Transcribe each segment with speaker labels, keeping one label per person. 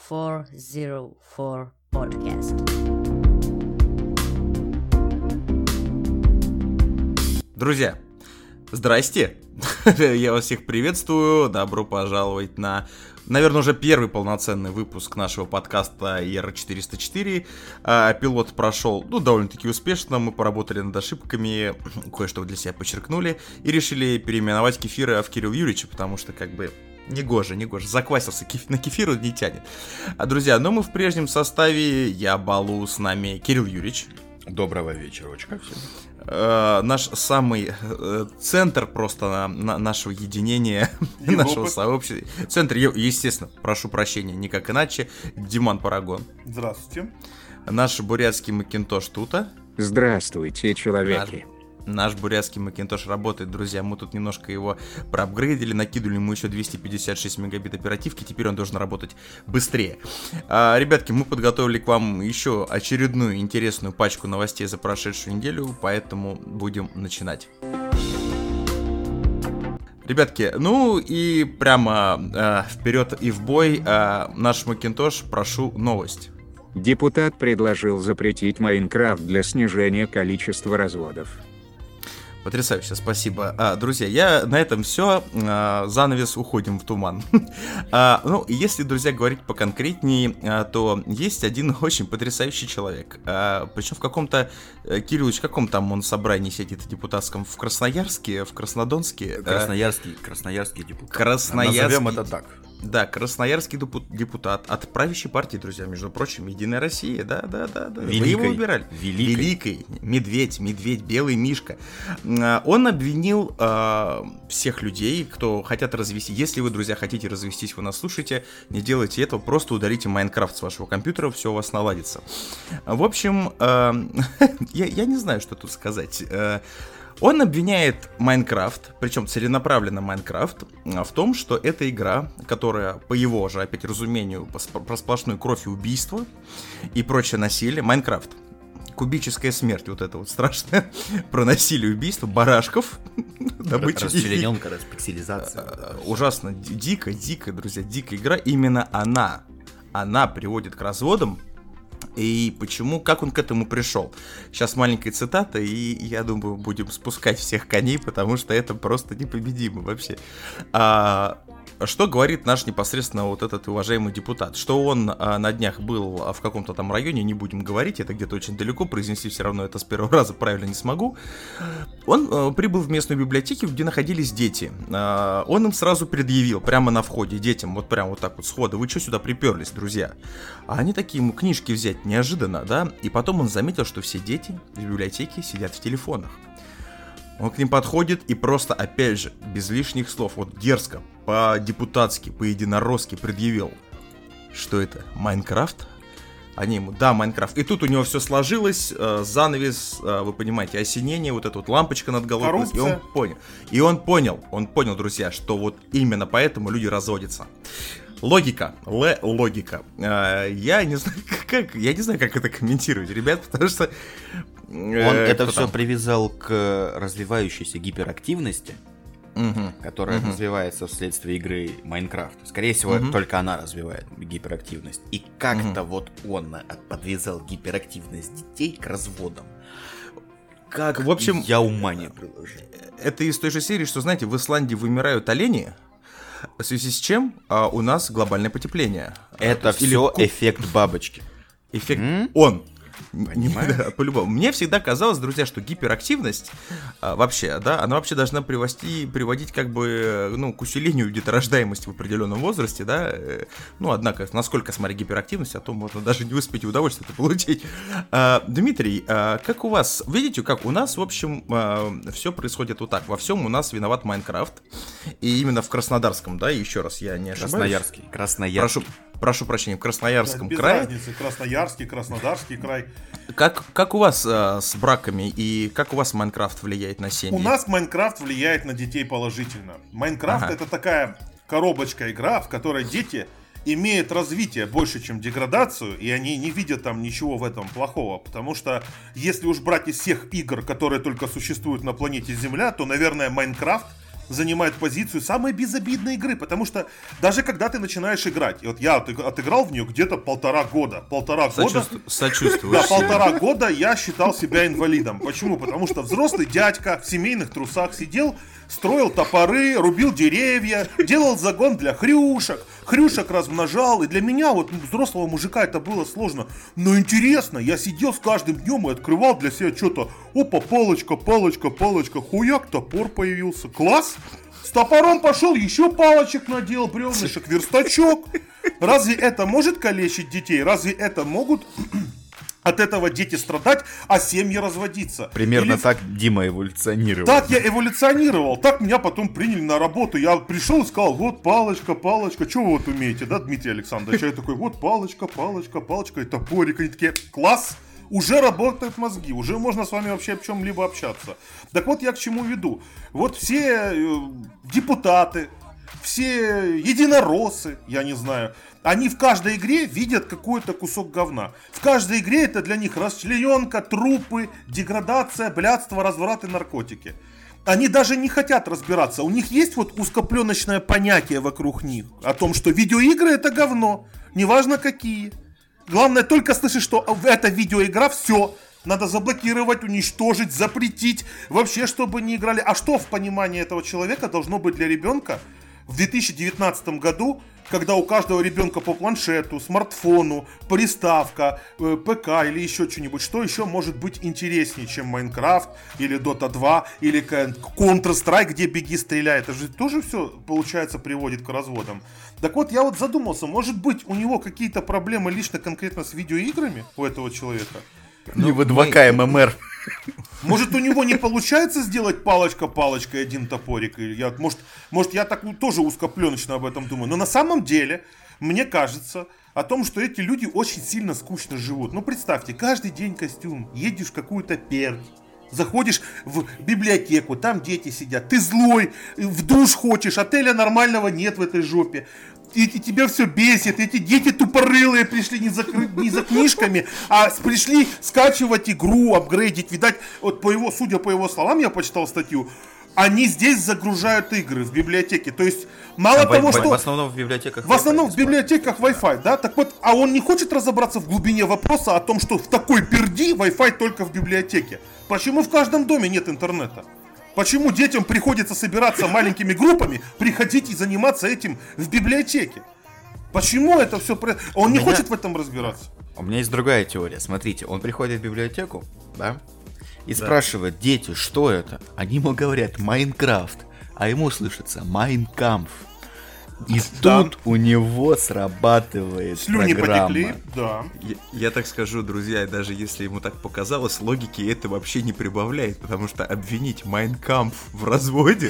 Speaker 1: 404 Podcast.
Speaker 2: Друзья, здрасте! Я вас всех приветствую, добро пожаловать на, наверное, уже первый полноценный выпуск нашего подкаста ER404. Пилот прошел, довольно-таки успешно, мы поработали над ошибками, кое-что для себя подчеркнули и решили переименовать Кефира в Кирилл Юрьевича, потому что негоже, заквасился, на кефиру не тянет. Друзья, но мы в прежнем составе, я Балу, с нами Кирилл Юрьевич.
Speaker 3: Доброго вечерочка всем.
Speaker 2: Наш самый центр просто нашего единения, нашего сообщества. Центр, естественно, прошу прощения, никак иначе. Диман Парагон.
Speaker 4: Здравствуйте.
Speaker 2: Наш бурятский Макинтош Тута.
Speaker 5: Здравствуйте, человеки.
Speaker 2: Наш бурятский Макинтош работает, друзья. Мы тут немножко его проапгрейдили, накидывали ему еще 256 мегабит оперативки. Теперь он должен работать быстрее. Ребятки, мы подготовили к вам еще очередную интересную пачку новостей за прошедшую неделю, поэтому будем начинать. Ребятки, и прямо вперед и в бой. Наш Макинтош, прошу, новость.
Speaker 5: Депутат предложил запретить Майнкрафт для снижения количества разводов.
Speaker 2: Потрясающе, спасибо. Друзья, я на этом все. Занавес, уходим в туман. Если, друзья, говорить поконкретнее, то есть один очень потрясающий человек. Причем в каком-то, Кириллович, в каком там он собрании сидит депутатском? В Красноярске, в Краснодонске?
Speaker 3: Красноярский депутат.
Speaker 2: Назовем
Speaker 3: это так.
Speaker 2: Да, красноярский депутат от правящей партии, друзья, между прочим, Единая Россия, да. Вы его выбирали. Великой. Медведь, белый мишка. Он обвинил всех людей, кто хотят развестись. Если вы, друзья, хотите развестись, вы нас слушаете, не делайте этого, просто удалите Майнкрафт с вашего компьютера, все у вас наладится. В общем, я не знаю, что тут сказать. Он обвиняет Майнкрафт, причем целенаправленно Майнкрафт, в том, что это игра, которая, по его же, опять разумению, про сплошную кровь и убийство и прочее насилие. Майнкрафт. Кубическая смерть, вот это вот страшное, про насилие и убийство барашков.
Speaker 3: Расчлененка, распикселизация.
Speaker 2: Ужасно, дико, друзья, дикая игра. Именно она приводит к разводам. И почему, как он к этому пришел? Сейчас маленькая цитата, и я думаю, будем спускать всех коней, потому что это просто непобедимо вообще. Что говорит наш непосредственно вот этот уважаемый депутат? Что он на днях был в каком-то там районе, не будем говорить, это где-то очень далеко, произнести все равно это с первого раза правильно не смогу. Он прибыл в местную библиотеку, где находились дети. Он им сразу предъявил, прямо на входе, детям, вот прямо вот так вот сходу: вы что сюда приперлись, друзья? А они такие ему книжки взять неожиданно, да? И потом он заметил, что все дети в библиотеке сидят в телефонах. Он к ним подходит и просто, опять же, без лишних слов, вот дерзко, по-депутатски, по-единоросски предъявил, что это Майнкрафт. Они ему: да, Майнкрафт. И тут у него все сложилось, занавес, вы понимаете, осенение, вот эта вот лампочка над головой. И он понял, друзья, что вот именно поэтому люди разводятся. Логика. Я не знаю, как это комментировать, ребят, потому что...
Speaker 3: Он это все привязал к развивающейся гиперактивности, которая развивается вследствие игры Майнкрафт. Скорее всего, только она развивает гиперактивность. И как-то вот он подвязал гиперактивность детей к разводам. Как, в общем, я ума не приложу.
Speaker 2: Это из той же серии, что, знаете, в Исландии вымирают олени, в связи с чем у нас глобальное потепление.
Speaker 3: Это все эффект бабочки.
Speaker 2: Он. Да, по-любому. Мне всегда казалось, друзья, что гиперактивность вообще, да, она вообще должна приводить как бы, к усилению деторождаемости в определенном возрасте, да. Однако, насколько, смотри, гиперактивность, а то можно даже не успеть удовольствие это получить. Дмитрий, как у вас? Видите, как у нас, в общем, все происходит вот так. Во всем у нас виноват Майнкрафт. И именно в Краснодарском, да, еще раз, я не ошибаюсь.
Speaker 3: Красноярский.
Speaker 2: Прошу прощения, в Красноярском
Speaker 4: без
Speaker 2: крае.
Speaker 4: Разницы, Красноярский, Краснодарский край.
Speaker 2: Как у вас с браками и как у вас Майнкрафт влияет на семьи?
Speaker 4: У нас Майнкрафт влияет на детей положительно. Майнкрафт это такая коробочка игра, в которой дети имеют развитие больше, чем деградацию, и они не видят там ничего в этом плохого. Потому что если уж брать из всех игр, которые только существуют на планете Земля, то, наверное, Майнкрафт занимает позицию самой безобидной игры, потому что даже когда ты начинаешь играть, и вот я отыграл в нее где-то полтора года.
Speaker 2: Сочувствую.
Speaker 4: Да, 1,5 года я считал себя инвалидом. Почему? Потому что взрослый дядька в семейных трусах сидел, строил топоры, рубил деревья, делал загон для хрюшек размножал, и для меня, вот взрослого мужика, это было сложно, но интересно. Я сидел с каждым днем и открывал для себя что-то. Опа, палочка, хуяк, топор появился, класс. С топором пошел, еще палочек надел, бревнышек, верстачок. Разве это может калечить детей? Разве это могут от этого дети страдать, а семьи разводиться?
Speaker 3: Примерно так Дима эволюционировал.
Speaker 4: Так я эволюционировал, так меня потом приняли на работу. Я пришел и сказал: вот палочка, что вы вот умеете, да, Дмитрий Александрович? Я такой: вот палочка, и топорик. Они такие: класс, уже работают мозги, уже можно с вами вообще о чем-либо общаться. Так вот, я к чему веду. Вот все депутаты, все единороссы, я не знаю, они в каждой игре видят какой-то кусок говна. В каждой игре это для них расчлененка, трупы, деградация, блядство, разврат и наркотики. Они даже не хотят разбираться. У них есть вот узкопленочное понятие вокруг них о том, что видеоигры это говно, неважно какие. Главное, только слышишь, что это видеоигра, все. Надо заблокировать, уничтожить, запретить, вообще, чтобы не играли. А что в понимании этого человека должно быть для ребенка в 2019 году, когда у каждого ребенка по планшету, смартфону, приставка, ПК или еще что-нибудь? Что еще может быть интереснее, чем Майнкрафт или Dota 2 или Counter-Strike, где беги, стреляй? Это же тоже все, получается, приводит к разводам. Так вот, я вот задумался, может быть, у него какие-то проблемы лично конкретно с видеоиграми у этого человека?
Speaker 3: Не в 2К ММР.
Speaker 4: Может, у него не получается сделать палочка и один топорик? Может, я так тоже узкопленочно об этом думаю. Но на самом деле, мне кажется о том, что эти люди очень сильно скучно живут. Ну, представьте, каждый день костюм, едешь в какую-то пердь, заходишь в библиотеку, там дети сидят, ты злой, в душ хочешь, отеля нормального нет в этой жопе. И тебя все бесит, эти дети тупорылые пришли не за книжками, а пришли скачивать игру, апгрейдить. Видать, вот судя по его словам, я почитал статью, они здесь загружают игры в библиотеке. То есть, мало того, что...
Speaker 3: В основном в библиотеках
Speaker 4: Wi-Fi. В основном в библиотеках Wi-Fi, да? Так вот, а он не хочет разобраться в глубине вопроса о том, что в такой перди Wi-Fi только в библиотеке. Почему в каждом доме нет интернета? Почему детям приходится собираться маленькими группами, приходить и заниматься этим в библиотеке? Почему это все... Он не хочет в этом разбираться.
Speaker 3: У меня есть другая теория. Смотрите, он приходит в библиотеку, да, и спрашивает: дети, что это? Они ему говорят: Майнкрафт, а ему слышится Майнкамф. И тут у него срабатывает
Speaker 4: слюни
Speaker 3: программа.
Speaker 4: Потекли, да.
Speaker 2: Я так скажу, друзья, даже если ему так показалось, логики это вообще не прибавляет, потому что обвинить Майнкамф в разводах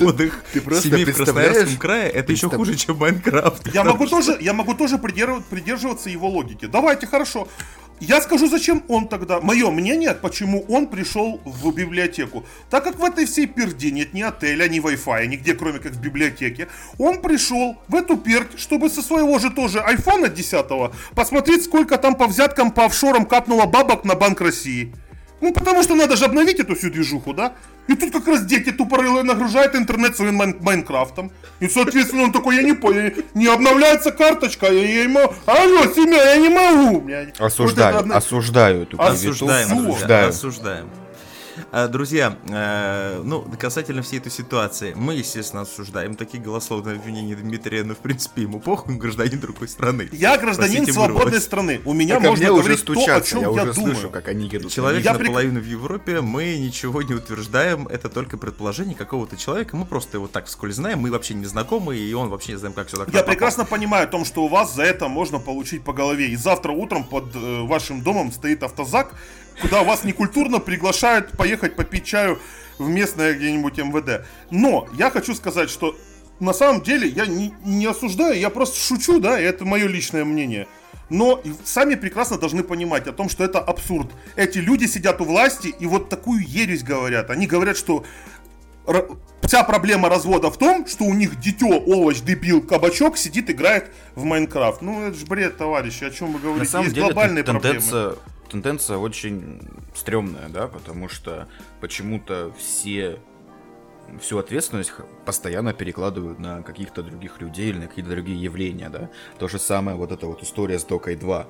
Speaker 2: семей в Красноярском крае, это еще хуже, чем Майнкрафт.
Speaker 4: Я могу тоже придерживаться его логики. Давайте, хорошо. Я скажу, зачем он тогда, мое мнение, почему он пришел в библиотеку. Так как в этой всей перде нет ни отеля, ни Wi-Fi, нигде, кроме как в библиотеке, он пришел в эту пердь, чтобы со своего же тоже айфона 10-го посмотреть, сколько там по взяткам, по офшорам капнуло бабок на Банк России. Ну, потому что надо же обновить эту всю движуху, да? И тут как раз дети тупорылые нагружают интернет своим Майнкрафтом. И, соответственно, он такой: я не понял, не обновляется карточка, я ему... Алло, семья, я не могу.
Speaker 3: Осуждаю эту клевету.
Speaker 2: Осуждаем. Друзья, касательно всей этой ситуации, мы, естественно, осуждаем такие голословные обвинения Дмитрия, но, в принципе, ему похуй, он гражданин другой страны.
Speaker 4: Я гражданин свободной страны, у меня можно говорить то, о чем я
Speaker 3: уже
Speaker 4: думаю.
Speaker 3: Слышу, как они едут.
Speaker 2: Человек наполовину в Европе, мы ничего не утверждаем, это только предположение какого-то человека, мы просто его так вскользь знаем, мы вообще не знакомы, и он вообще не знаем, как сюда.
Speaker 4: Я прекрасно понимаю о том, что у вас за это можно получить по голове, и завтра утром под вашим домом стоит автозак, куда вас некультурно приглашают поехать попить чаю в местное где-нибудь МВД. Но я хочу сказать, что на самом деле я не осуждаю, я просто шучу, да, и это мое личное мнение. Но сами прекрасно должны понимать о том, что это абсурд. Эти люди сидят у власти и вот такую ересь говорят. Они говорят, что вся проблема развода в том, что у них дитё, овощ, дебил, кабачок сидит, играет в Майнкрафт. Ну это же бред, товарищи, о чем вы говорите?
Speaker 3: На самом
Speaker 4: Есть
Speaker 3: деле,
Speaker 4: глобальные проблемы.
Speaker 3: Тенденция очень стрёмная, да, потому что почему-то все всю ответственность постоянно перекладывают на каких-то других людей или на какие-то другие явления, да. То же самое вот эта вот история с Докой 2,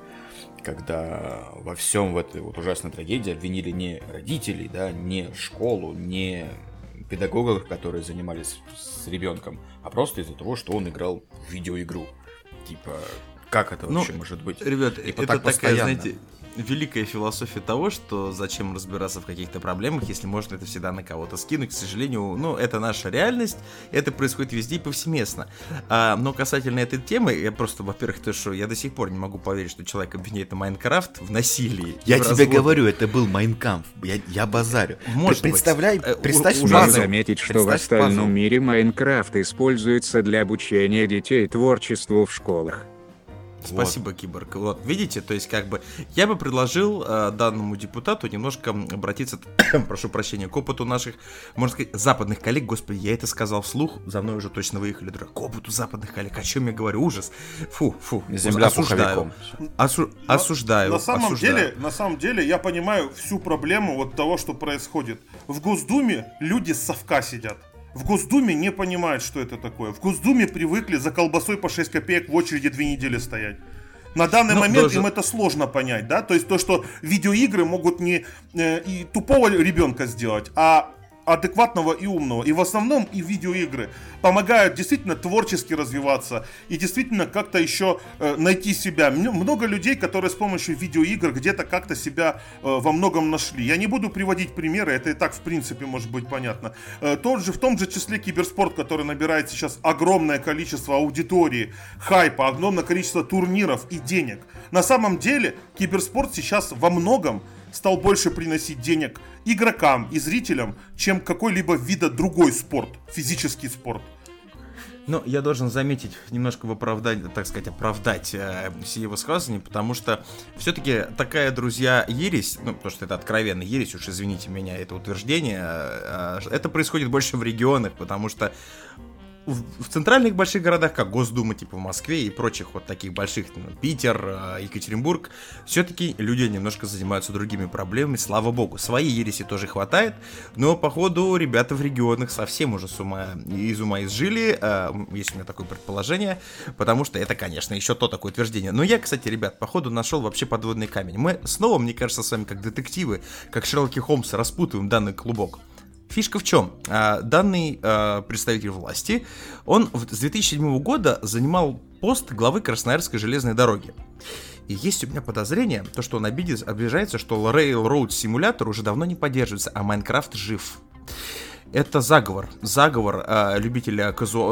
Speaker 3: когда во всем в этой вот ужасной трагедии обвинили не родителей, да, не школу, не педагогов, которые занимались с ребенком, а просто из-за того, что он играл в видеоигру. Типа, как это вообще может быть?
Speaker 2: Ребят,
Speaker 3: типа,
Speaker 2: это
Speaker 3: так
Speaker 2: такая,
Speaker 3: постоянно.
Speaker 2: знаете, великая философия того, что зачем разбираться в каких-то проблемах, если можно это всегда на кого-то скинуть. К сожалению, ну, это наша реальность, это происходит везде и повсеместно. Но касательно этой темы, я просто, во-первых, то, что я до сих пор не могу поверить, что человек обвиняет Майнкрафт в насилии.
Speaker 3: Я тебе говорю, это был Майнкамф, я базарю.
Speaker 2: Может
Speaker 3: Ты представь
Speaker 5: Надо заметить, что в остальном мире Майнкрафт используется для обучения детей творчеству в школах.
Speaker 2: Спасибо, Киборг. Вот, видите, то есть, как бы, я бы предложил данному депутату немножко обратиться, прошу прощения, к опыту наших, можно сказать, западных коллег. Господи, я это сказал вслух, за мной уже точно выехали, дурак. К опыту западных коллег, о чем я говорю, ужас. Фу,
Speaker 3: Земля
Speaker 2: осуждаю. Осуждаю.
Speaker 4: На самом деле, я понимаю всю проблему вот того, что происходит. В Госдуме люди с совка сидят. В Госдуме не понимают, что это такое. В Госдуме привыкли за колбасой по 6 копеек в очереди 2 недели стоять. На данный момент им это сложно понять, да? То есть то, что видеоигры могут не и тупого ребенка сделать, а адекватного и умного. И в основном и видеоигры помогают действительно творчески развиваться и действительно как-то еще найти себя. Много людей, которые с помощью видеоигр где-то как-то себя во многом нашли. Я не буду приводить примеры, это и так в принципе может быть понятно. В том же числе киберспорт, который набирает сейчас огромное количество аудитории, хайпа, огромное количество турниров и денег. На самом деле киберспорт сейчас во многом стал больше приносить денег игрокам и зрителям, чем какой-либо вида другой спорт, физический спорт.
Speaker 2: Ну, я должен заметить, немножко оправдать все высказывания, потому что все-таки такая, друзья, ересь, ну, потому что это откровенно ересь, уж извините меня, это утверждение, это происходит больше в регионах, потому что в центральных больших городах, как Госдума, типа в Москве и прочих вот таких больших, Питер, Екатеринбург, все-таки люди немножко занимаются другими проблемами, слава богу. Своей ереси тоже хватает, но походу ребята в регионах совсем уже из ума изжили, есть у меня такое предположение, потому что это, конечно, еще то такое утверждение. Но я, кстати, ребят, походу нашел вообще подводный камень. Мы снова, мне кажется, с вами как детективы, как Шерлоки Холмсы, распутываем данный клубок. Фишка в чем? Данный представитель власти, он с 2007 года занимал пост главы Красноярской железной дороги. И есть у меня подозрение, то, что он обижается, что Railroad Simulator уже давно не поддерживается, а Майнкрафт жив. Это заговор любителей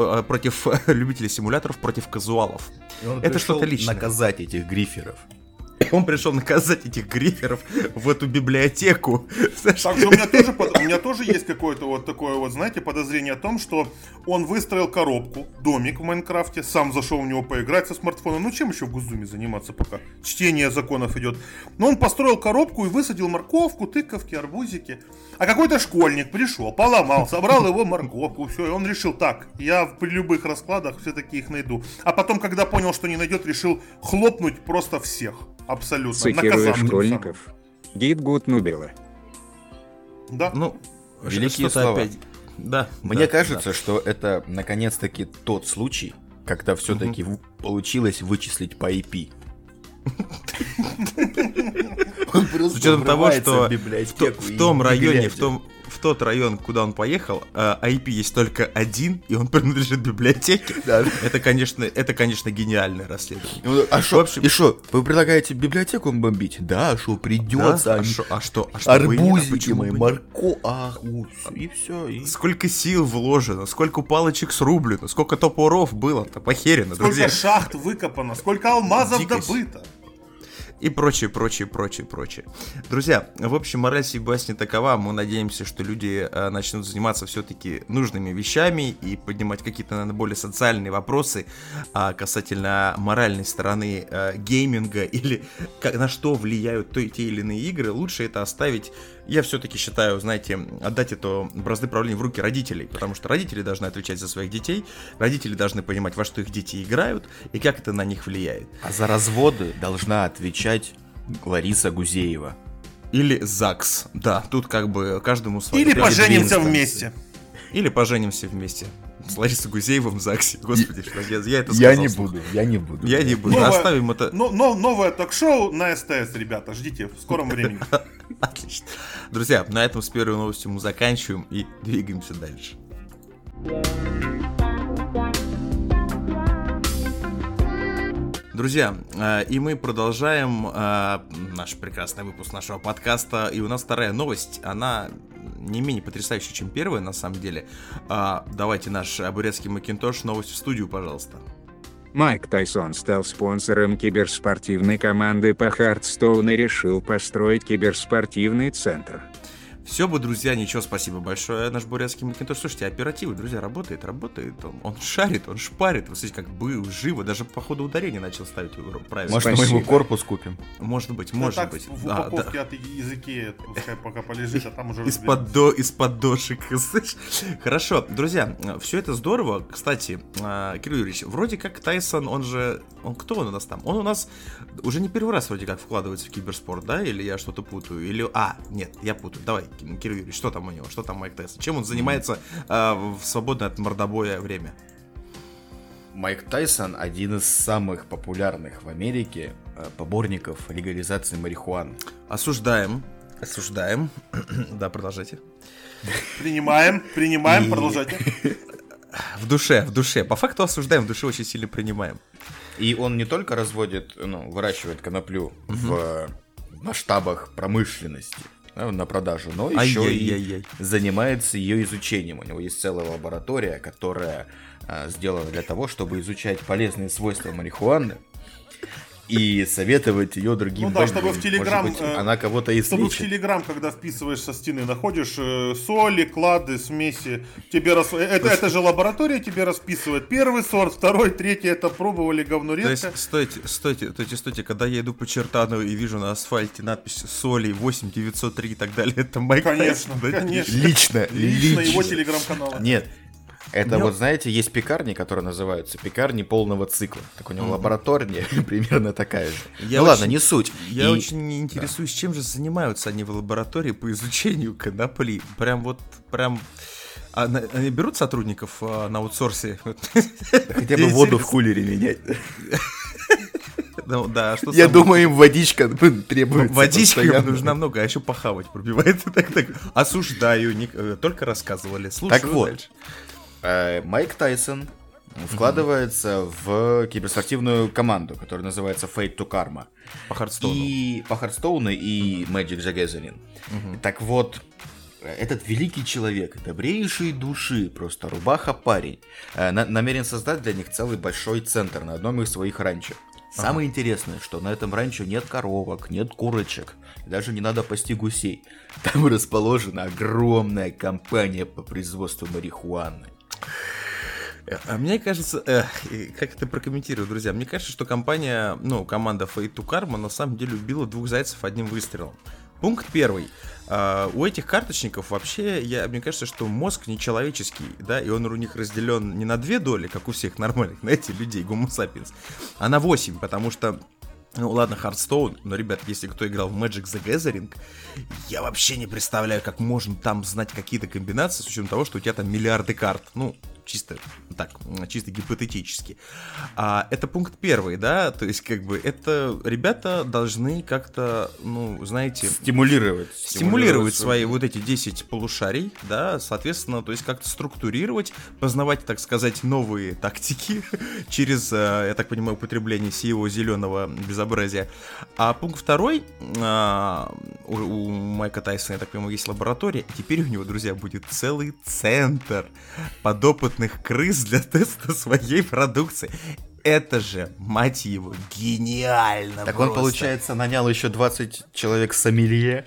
Speaker 2: симуляторов против казуалов. Это что-то личное.
Speaker 3: Наказать этих гриферов.
Speaker 2: Он пришел наказать этих гриферов в эту библиотеку.
Speaker 4: Также у меня тоже есть какое-то вот такое вот, знаете, подозрение о том, что он выстроил коробку, домик в Майнкрафте, сам зашел в него поиграть со смартфона. Ну чем еще в Госдуме заниматься, пока чтение законов идет. Но он построил коробку и высадил морковку, тыковки, арбузики. А какой-то школьник пришел, поломал, собрал его морковку, все, и он решил, так, я при любых раскладах все-таки их найду. А потом, когда понял, что не найдет, решил хлопнуть просто всех. Абсолютно.
Speaker 5: Цитируя школьников, гид гуд нубила.
Speaker 4: Да.
Speaker 2: Ну,
Speaker 3: великие слова.
Speaker 2: Опять... Да.
Speaker 3: Мне кажется, что это наконец-таки тот случай, когда все-таки получилось вычислить по IP.
Speaker 2: С учетом того, что в том районе, в тот район, куда он поехал, IP есть только один, и он принадлежит библиотеке.
Speaker 3: Да.
Speaker 2: Это, конечно, гениальное расследование.
Speaker 3: А что? И что? Вы предлагаете библиотеку бомбить? Да, что придется.
Speaker 2: А что?
Speaker 3: Арбузики мои, морковь, и все.
Speaker 2: Сколько сил вложено, сколько палочек срублено, сколько топоров было-то похерено, друзья.
Speaker 4: Сколько шахт выкопано, сколько алмазов добыто.
Speaker 2: И прочее. Друзья, в общем, мораль сей басни такова. Мы надеемся, что люди начнут заниматься все-таки нужными вещами и поднимать какие-то, наверное, более социальные вопросы касательно моральной стороны гейминга или на что влияют те или иные игры. Лучше это оставить. Я все-таки считаю, знаете, отдать это бразды правления в руки родителей, потому что родители должны отвечать за своих детей, родители должны понимать, во что их дети играют и как это на них влияет.
Speaker 3: А за разводы должна отвечать Лариса Гузеева.
Speaker 2: Или ЗАГС, да, тут как бы каждому свое.
Speaker 4: Или поженимся вместе.
Speaker 2: Или поженимся вместе с Ларисой Гузеевым в ЗАГСе. Господи, что я это сказал.
Speaker 3: Я не буду.
Speaker 2: Я не буду. Оставим это.
Speaker 4: Новое ток-шоу на СТС, ребята. Ждите в скором времени.
Speaker 2: Отлично. Друзья, на этом с первой новостью мы заканчиваем и двигаемся дальше. Друзья, и мы продолжаем наш прекрасный выпуск нашего подкаста. И у нас вторая новость, она не менее потрясающая, чем первая, на самом деле. Давайте наш бурятский Макинтош, новость в студию, пожалуйста.
Speaker 5: Майк Тайсон стал спонсором киберспортивной команды по Хардстоун и решил построить киберспортивный центр.
Speaker 2: Все бы, друзья, ничего, спасибо большое, наш бурятский Макинтош. Слушайте, оперативы, друзья, работает, он шарит, он шпарит, вы смотрите, как бы живо, даже по ходу ударения начал ставить правильно.
Speaker 3: Может, мы ему корпус купим?
Speaker 2: Может быть.
Speaker 4: В упаковке от языки, пускай пока полежит, а там уже
Speaker 2: из-под дошек. Хорошо, друзья, все это здорово. Кстати, Кирилл Юрьевич, вроде как Тайсон, кто он у нас там? Он у нас уже не первый раз вроде как вкладывается в киберспорт, да? Или я что-то путаю? Нет, я путаю. Давай, Кирилл Юрьевич, что там у него? Что там Майк Тайсон? Чем он занимается в свободное от мордобоя время?
Speaker 3: Майк Тайсон один из самых популярных в Америке поборников легализации марихуаны.
Speaker 2: Осуждаем. Да, продолжайте.
Speaker 4: Принимаем, продолжайте.
Speaker 2: В душе. По факту осуждаем, в душе очень сильно принимаем.
Speaker 3: И он не только выращивает коноплю в масштабах промышленности, на продажу, но еще и занимается ее изучением. У него есть целая лаборатория, которая сделана для того, чтобы изучать полезные свойства марихуаны и советовать ее другим
Speaker 4: людям. Чтобы в Телеграм,
Speaker 3: она кого-то излечит.
Speaker 4: Чтобы в Телеграм, когда вписываешь со стены, находишь соли, клады, смеси, это же лаборатория тебе расписывает первый сорт, второй, третий, это пробовали говно редко.
Speaker 2: То есть, стойте, когда я иду по Чертанову и вижу на асфальте надпись соли 8903 и так далее, это Майк Тайсон, да?
Speaker 4: Конечно.
Speaker 3: Лично
Speaker 4: его Телеграм-канала.
Speaker 3: Нет. Это знаете, есть пекарни, которые называются пекарни полного цикла. Так у него лаборатория примерно такая же. Ладно, не суть.
Speaker 2: Я очень интересуюсь, чем же занимаются они в лаборатории по изучению конопли. Они берут сотрудников на аутсорсе?
Speaker 3: Хотя бы воду в кулере менять.
Speaker 2: Да,
Speaker 3: я думаю, им водичка требуется.
Speaker 2: Водичка им нужна много, а еще похавать пробивает. Осуждаю, только рассказывали. Слушай,
Speaker 3: так вот. Майк Тайсон вкладывается в киберспортивную команду, которая называется Fate to Karma.
Speaker 2: По Хардстоуну.
Speaker 3: И Magic the Gathering. Так вот, этот великий человек, добрейшей души, просто рубаха парень, намерен создать для них целый большой центр на одном из своих ранчо. Самое интересное, что на этом ранчо нет коровок, нет курочек, даже не надо пасти гусей. Там расположена огромная компания по производству марихуаны.
Speaker 2: А мне кажется, как это прокомментирую, друзья, мне кажется, что команда Fate to Karma на самом деле убила двух зайцев одним выстрелом. Пункт первый. У этих карточников вообще, мне кажется, что мозг нечеловеческий, да, и он у них разделен не на 2 доли, как у всех нормальных, знаете, людей, Homo sapiens, а на 8, потому что, ладно, Hearthstone, но, ребят, если кто играл в Magic the Gathering, я вообще не представляю, как можно там знать какие-то комбинации, с учетом того, что у тебя там миллиарды карт, чисто гипотетически. Это пункт первый, да, то есть это ребята должны как-то, знаете... Стимулировать свои вот эти 10 полушарий, да, соответственно, то есть как-то структурировать, познавать, так сказать, новые тактики через, я так понимаю, употребление сего зеленого безобразия. А пункт второй, у Майка Тайсона, я так понимаю, есть лаборатория, и теперь у него, друзья, будет целый центр подопытных крыс для теста своей продукции. Это же, мать его, гениально.
Speaker 3: Так
Speaker 2: просто.
Speaker 3: Он, получается, нанял еще 20 человек сомелье.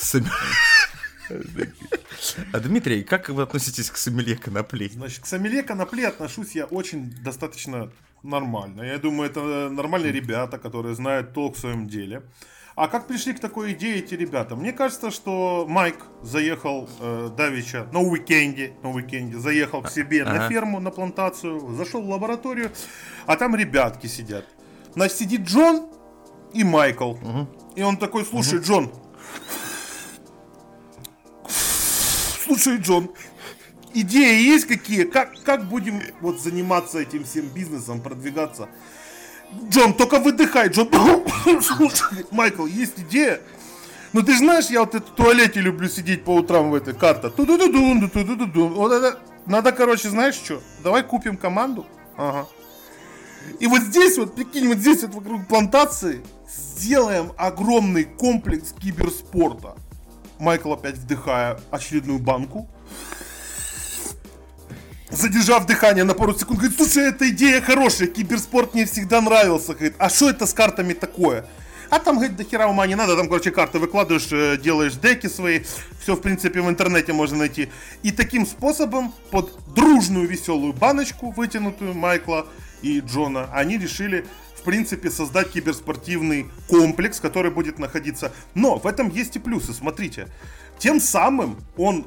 Speaker 2: А, Дмитрий, как вы относитесь к сомелье конопли?
Speaker 4: Значит, к сомелье конопли отношусь я очень достаточно нормально. Я думаю, это нормальные ребята, которые знают толк в своем деле. А как пришли к такой идее эти ребята? Мне кажется, что Майк заехал давеча на уикенде, заехал к себе на ферму, на плантацию, зашел в лабораторию, а там ребятки сидят. Значит, сидит Джон и Майкл. И он такой: слушай, Джон, идеи есть какие? Как будем вот заниматься этим всем бизнесом, продвигаться? Джон, только выдыхай, Джон. Майкл, есть идея? Ну ты же знаешь, я вот в туалете люблю сидеть по утрам в этой карте. Вот это, надо, короче, знаешь что? Давай купим команду. Ага. И вот здесь вот, прикинь, вот здесь вот вокруг плантации сделаем огромный комплекс киберспорта. Майкл опять вдыхая очередную банку. Задержав дыхание на пару секунд, говорит, слушай, эта идея хорошая, киберспорт мне всегда нравился. Говорит, а что это с картами такое? А там, говорит, до хера ума не надо, там, короче, карты выкладываешь, делаешь деки свои, все, в принципе, в интернете можно найти. И таким способом, под дружную веселую баночку, вытянутую Майкла и Джона, они решили, в принципе, создать киберспортивный комплекс, который будет находиться. Но в этом есть и плюсы, смотрите. Тем самым он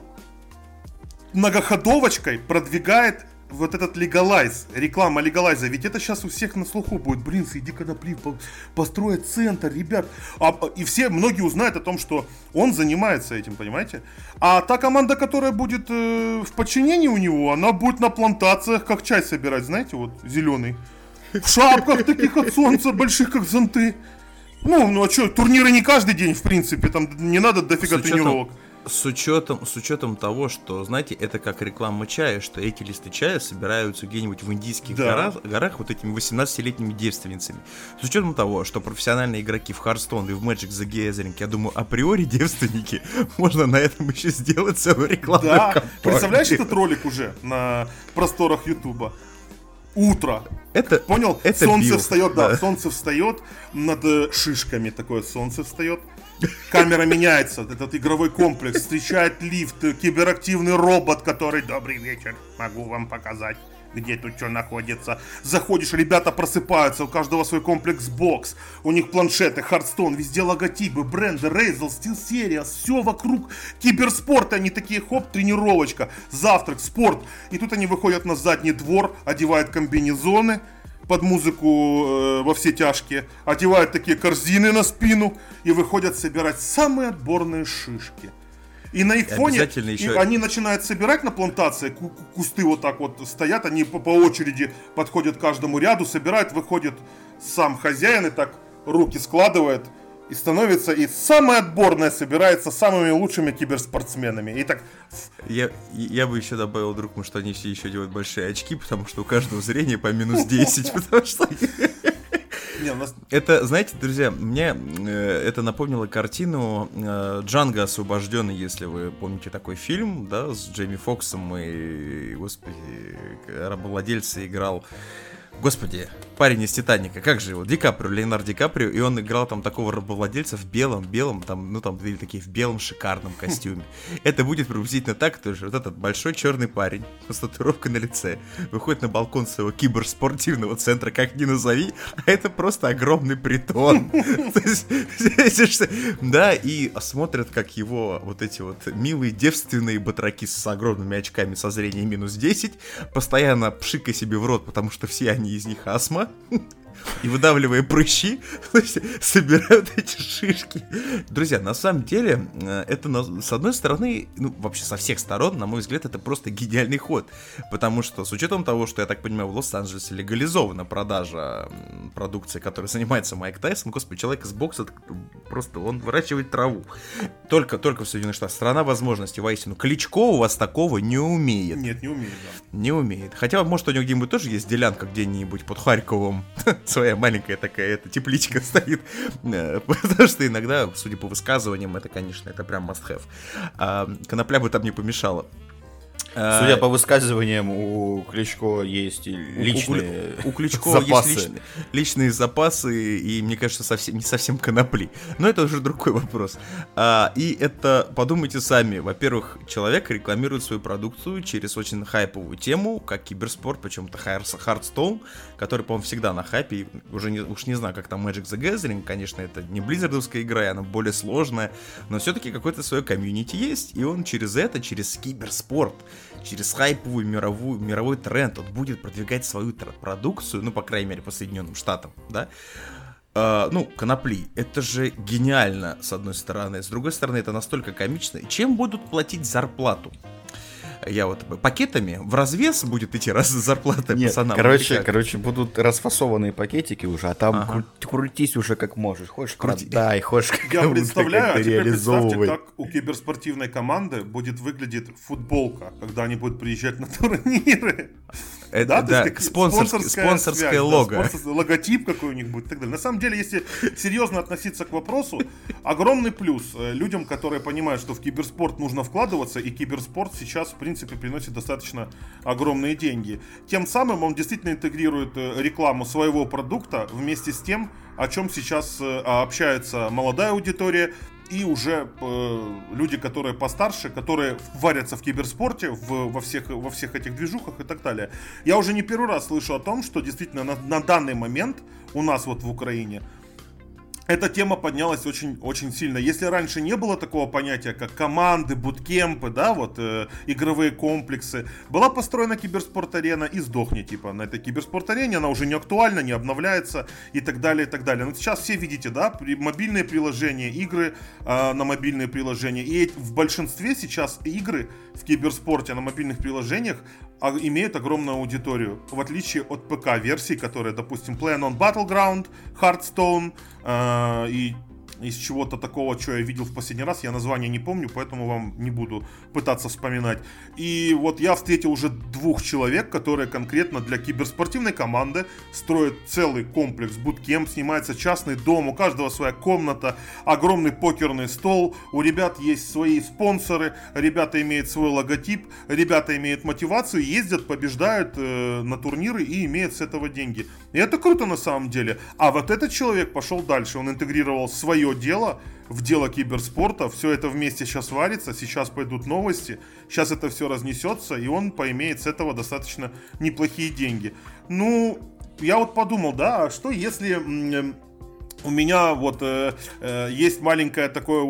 Speaker 4: многоходовочкой продвигает вот этот легалайз, реклама легалайза. Ведь это сейчас у всех на слуху будет. Блин, иди конопли, построить центр, ребят. И многие узнают о том, что он занимается этим, понимаете? А та команда, которая будет в подчинении у него, она будет на плантациях, как чай собирать, знаете, вот зеленый. В шапках таких от солнца, больших как зонты. Ну а что, турниры не каждый день, в принципе, там не надо дофига тренировок.
Speaker 2: С учетом того, что, знаете, это как реклама чая, что эти листы чая собираются где-нибудь в индийских горах вот этими 18-летними девственницами. С учетом того, что профессиональные игроки в Hearthstone и в Magic the Gathering, я думаю, априори девственники, можно на этом еще сделать целую рекламную кампанию.
Speaker 4: Представляешь этот ролик уже на просторах Ютуба? Утро. Понял?
Speaker 2: Это
Speaker 4: солнце встает, да, солнце встает над шишками, такое солнце встает. Камера меняется, этот игровой комплекс, встречает лифт, киберактивный робот, который «Добрый вечер, могу вам показать, где тут что находится». Заходишь, ребята просыпаются, у каждого свой комплекс-бокс, у них планшеты, Hearthstone, везде логотипы, бренды, Razer, SteelSeries, все вокруг киберспорта, они такие, хоп, тренировочка, завтрак, спорт. И тут они выходят на задний двор, одевают комбинезоны под музыку во все тяжкие, одевают такие корзины на спину и выходят собирать самые отборные шишки. И на их фоне они начинают собирать на плантации, кусты вот так вот стоят, они по очереди подходят к каждому ряду, собирают, выходит сам хозяин и так руки складывает, и становится, и самое отборное собирается самыми лучшими киберспортсменами. И так...
Speaker 2: Я бы еще добавил, друг мой, что они все еще делают большие очки, потому что у каждого зрения по минус 10, потому что... Это, знаете, друзья, мне это напомнило картину «Джанго освобожденный», если вы помните такой фильм, да, с Джейми Фоксом и, господи, рабовладельца играл... Господи, парень из «Титаника», как же его? Леонардо Ди Каприо, и он играл там такого рабовладельца в белом, там, ну там были такие в белом шикарном костюме. Это будет приблизительно так, тоже вот этот большой черный парень с татуировкой на лице выходит на балкон своего киберспортивного центра, как ни назови, а это просто огромный притон. Да, и смотрят, как его вот эти вот милые девственные батраки с огромными очками со зрением минус 10 постоянно пшикая себе в рот, потому что все они из них астма, и выдавливая прыщи, собирают эти шишки. Друзья, на самом деле, это, с одной стороны, ну, вообще со всех сторон, на мой взгляд, это просто гениальный ход. Потому что, с учетом того, что, я так понимаю, в Лос-Анджелесе легализована продажа продукции, которой занимается Майк Тайсон, господи, человек из бокса, просто он выращивает траву. Только в Соединенных Штатах. Страна возможностей, воистину. Кличко у вас такого не умеет.
Speaker 4: Нет, не умеет, да.
Speaker 2: Не умеет. Хотя, может, у него где-нибудь тоже есть делянка где-нибудь под Харьковом. Своя маленькая такая тепличка стоит. Потому что иногда, судя по высказываниям, это, конечно, это прям must have. Конопля бы там не помешала.
Speaker 3: Судя по высказываниям, у Кличко есть личные
Speaker 2: у Кличко
Speaker 3: запасы.
Speaker 2: Есть личные запасы, и, мне кажется, не совсем конопли. Но это уже другой вопрос. И это, подумайте сами, во-первых, человек рекламирует свою продукцию через очень хайповую тему, как киберспорт, почему-то Hearthstone, который, по-моему, всегда на хайпе. Уж не знаю, как там Magic the Gathering, конечно, это не близзардовская игра, она более сложная, но все-таки какое-то свое комьюнити есть, и он через киберспорт, через хайповый мировой тренд, он будет продвигать свою продукцию, ну, по крайней мере, по Соединенным Штатам, да, конопли. Это же гениально, с одной стороны. С другой стороны, это настолько комично. Чем будут платить зарплату? я вот пакетами в развес будет идти зарплата пацанам.
Speaker 3: Короче, будут расфасованные пакетики уже, а там крутись уже как можешь. Хочешь продай, хочешь
Speaker 4: я представляю, а теперь представьте, как у киберспортивной команды будет выглядеть футболка, когда они будут приезжать на турниры.
Speaker 2: Да, спонсорское лого.
Speaker 4: Логотип какой у них будет и так далее. На самом деле, если серьезно относиться к вопросу, огромный плюс людям, которые понимают, что в киберспорт нужно вкладываться, и киберспорт сейчас, в принципе, приносит достаточно огромные деньги. Тем самым он действительно интегрирует рекламу своего продукта вместе с тем, о чем сейчас общается молодая аудитория, и уже люди, которые постарше, которые варятся в киберспорте, во всех этих движухах и так далее. Я уже не первый раз слышу о том, что действительно на данный момент у нас вот в Украине эта тема поднялась очень, очень сильно. Если раньше не было такого понятия, как команды, буткемпы, да, вот игровые комплексы, была построена киберспорт-арена и сдохни, типа, на этой киберспорт-арене, она уже не актуальна, не обновляется и так далее, и так далее. Но сейчас все видите, да, мобильные приложения, игры на мобильные приложения, и в большинстве сейчас игры в киберспорте на мобильных приложениях имеют огромную аудиторию, в отличие от ПК-версий, которые, допустим, PlayerUnknown's Battleground, Hearthstone и из чего-то такого, что я видел в последний раз, я название не помню, поэтому вам не буду пытаться вспоминать. И вот я встретил уже 2 человек, которые конкретно для киберспортивной команды строят целый комплекс, буткемп, снимается частный дом, у каждого своя комната, огромный покерный стол, у ребят есть свои спонсоры, ребята имеют свой логотип, ребята имеют мотивацию, ездят, побеждают на турниры и имеют с этого деньги. И это круто на самом деле. А вот этот человек пошел дальше, он интегрировал свое дело в дело киберспорта, все это вместе сейчас варится, сейчас пойдут новости, сейчас это все разнесется, и он поимеет с этого достаточно неплохие деньги. Ну, я вот подумал, да, а что если у меня вот есть маленькая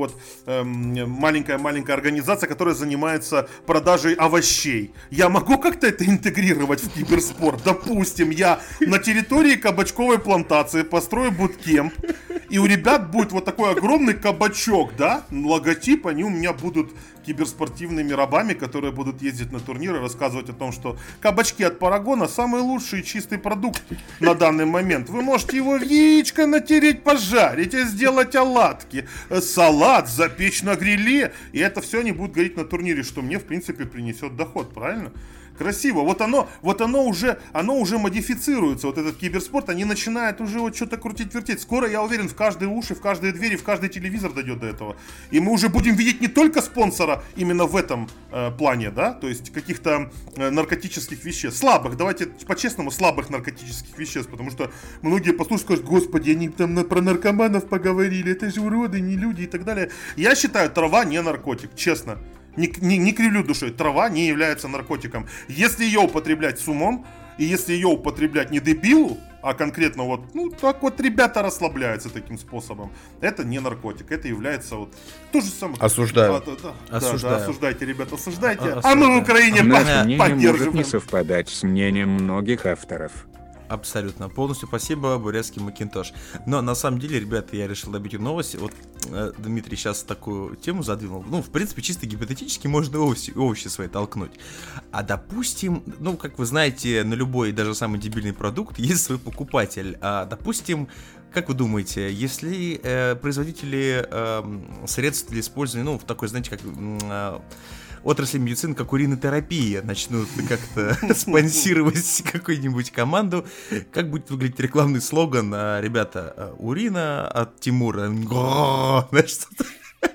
Speaker 4: организация, которая занимается продажей овощей. Я могу как-то это интегрировать в киберспорт? Допустим, я на территории кабачковой плантации построю буткемп, и у ребят будет вот такой огромный кабачок, да, логотип, они у меня будут киберспортивными рабами, которые будут ездить на турниры, рассказывать о том, что кабачки от Парагона самый лучший и чистый продукт на данный момент. Вы можете его в яичко натереть, пожарить, сделать оладки, салат, запечь на гриле, и это все они будут говорить на турнире, что мне, в принципе, принесет доход, правильно? Красиво. Вот оно уже модифицируется, вот этот киберспорт, они начинают уже вот что-то крутить-вертеть. Скоро, я уверен, в каждые уши, в каждые двери, в каждый телевизор дойдет до этого. И мы уже будем видеть не только спонсора именно в этом плане, да, то есть каких-то наркотических веществ. Слабых, давайте по-честному, слабых наркотических веществ, потому что многие послушают, скажут, господи, они там про наркоманов поговорили, это же уроды, не люди и так далее. Я считаю, трава не наркотик, честно. Не кривлю душой, трава не является наркотиком. Если ее употреблять с умом, и если ее употреблять не дебилу, а конкретно вот, ну, так вот ребята расслабляются таким способом, это не наркотик, это является вот то же самое.
Speaker 3: Осуждаю.
Speaker 4: Да, осуждайте, ребята, осуждайте. А мы в Украине
Speaker 5: поддерживаем. Мнение может не
Speaker 4: совпадать
Speaker 5: с мнением многих авторов.
Speaker 2: Абсолютно. Полностью спасибо, бурятский Макинтош. Но на самом деле, ребята, я решил добить новость. Вот Дмитрий сейчас такую тему задвинул. Ну, в принципе, чисто гипотетически можно овощи свои толкнуть. А допустим, ну, как вы знаете, на любой, даже самый дебильный продукт есть свой покупатель. А допустим, как вы думаете, если производители средств для использования, ну, в такой, знаете, как отрасли медицины, как уринотерапия, начнут как-то спонсировать какую-нибудь команду, как будет выглядеть рекламный слоган, ребята, урина от Тимура, знаешь, что-то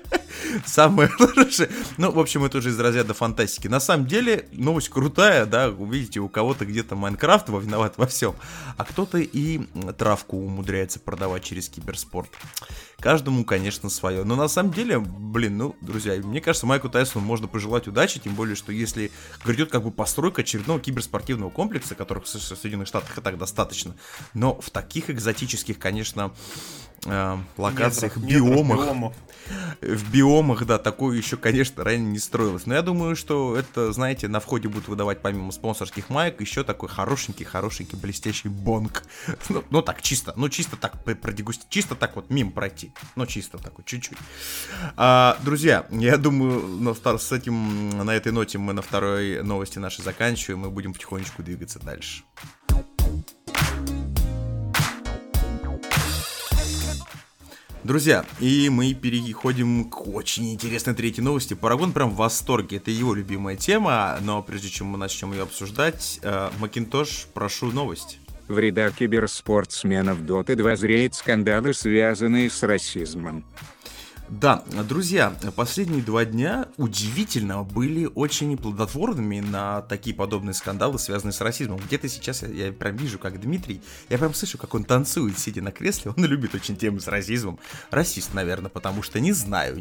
Speaker 2: самое хорошее. Ну, в общем, это уже из разряда фантастики. На самом деле, новость крутая, да, увидите, у кого-то где-то Майнкрафт виноват во всем, а кто-то и травку умудряется продавать через киберспорт. Каждому, конечно, свое. Но на самом деле, блин, ну, друзья, мне кажется, Майку Тайсону можно пожелать удачи, тем более, что если грядет как бы постройка очередного киберспортивного комплекса, которых в Соединенных Штатах и так достаточно, но в таких экзотических, конечно, локациях, биомах. В биомах, да, такое еще, конечно, ранее не строилось. Но я думаю, что это, знаете, на входе будут выдавать помимо спонсорских маек еще такой хорошенький, блестящий бонг. Ну так, чисто так продегустировать, чисто так вот мимо пройти. Ну, чисто такой, чуть-чуть. Друзья, я думаю, на этой ноте мы на второй новости нашей заканчиваем и будем потихонечку двигаться дальше. Друзья, и мы переходим к очень интересной третьей новости. Парагон прям в восторге, это его любимая тема, но прежде чем мы начнем ее обсуждать, Макинтош, прошу новость.
Speaker 5: В рядах киберспортсменов Dota 2 зреют скандалы, связанные с расизмом.
Speaker 2: Да, друзья, последние 2 дня удивительно были очень плодотворными на такие подобные скандалы, связанные с расизмом. Где-то сейчас я прям вижу, как Дмитрий, я прям слышу, как он танцует, сидя на кресле. Он любит очень темы с расизмом. Расист, наверное, потому что не знаю.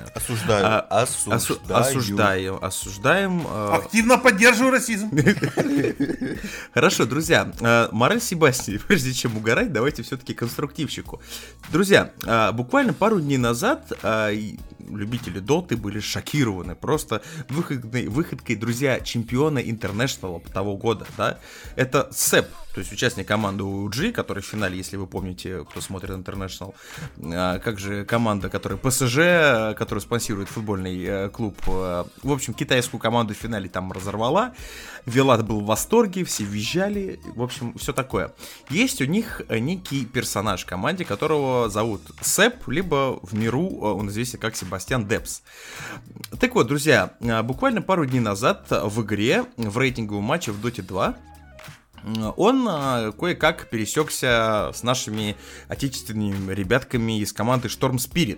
Speaker 2: Осуждаем.
Speaker 4: Активно поддерживаю расизм.
Speaker 2: Хорошо, друзья, мораль Себастьян, прежде чем угорать, давайте все-таки конструктивщику. Друзья, буквально пару дней назад любители доты были шокированы просто выходкой, друзья, чемпиона International того года, да, это Сэп, то есть участник команды OG, который в финале, если вы помните, кто смотрит International, как же команда, которая ПСЖ, которая спонсирует футбольный клуб, в общем, китайскую команду в финале там разорвала, Вилат был в восторге, все визжали, в общем, все такое. Есть у них некий персонаж в команде, которого зовут Сэп, либо в миру он известен как Себастьян Депс. Так вот, друзья, буквально пару дней назад в игре, в рейтинговом матче в Dota 2, он кое-как пересекся с нашими отечественными ребятками из команды Storm Spirit.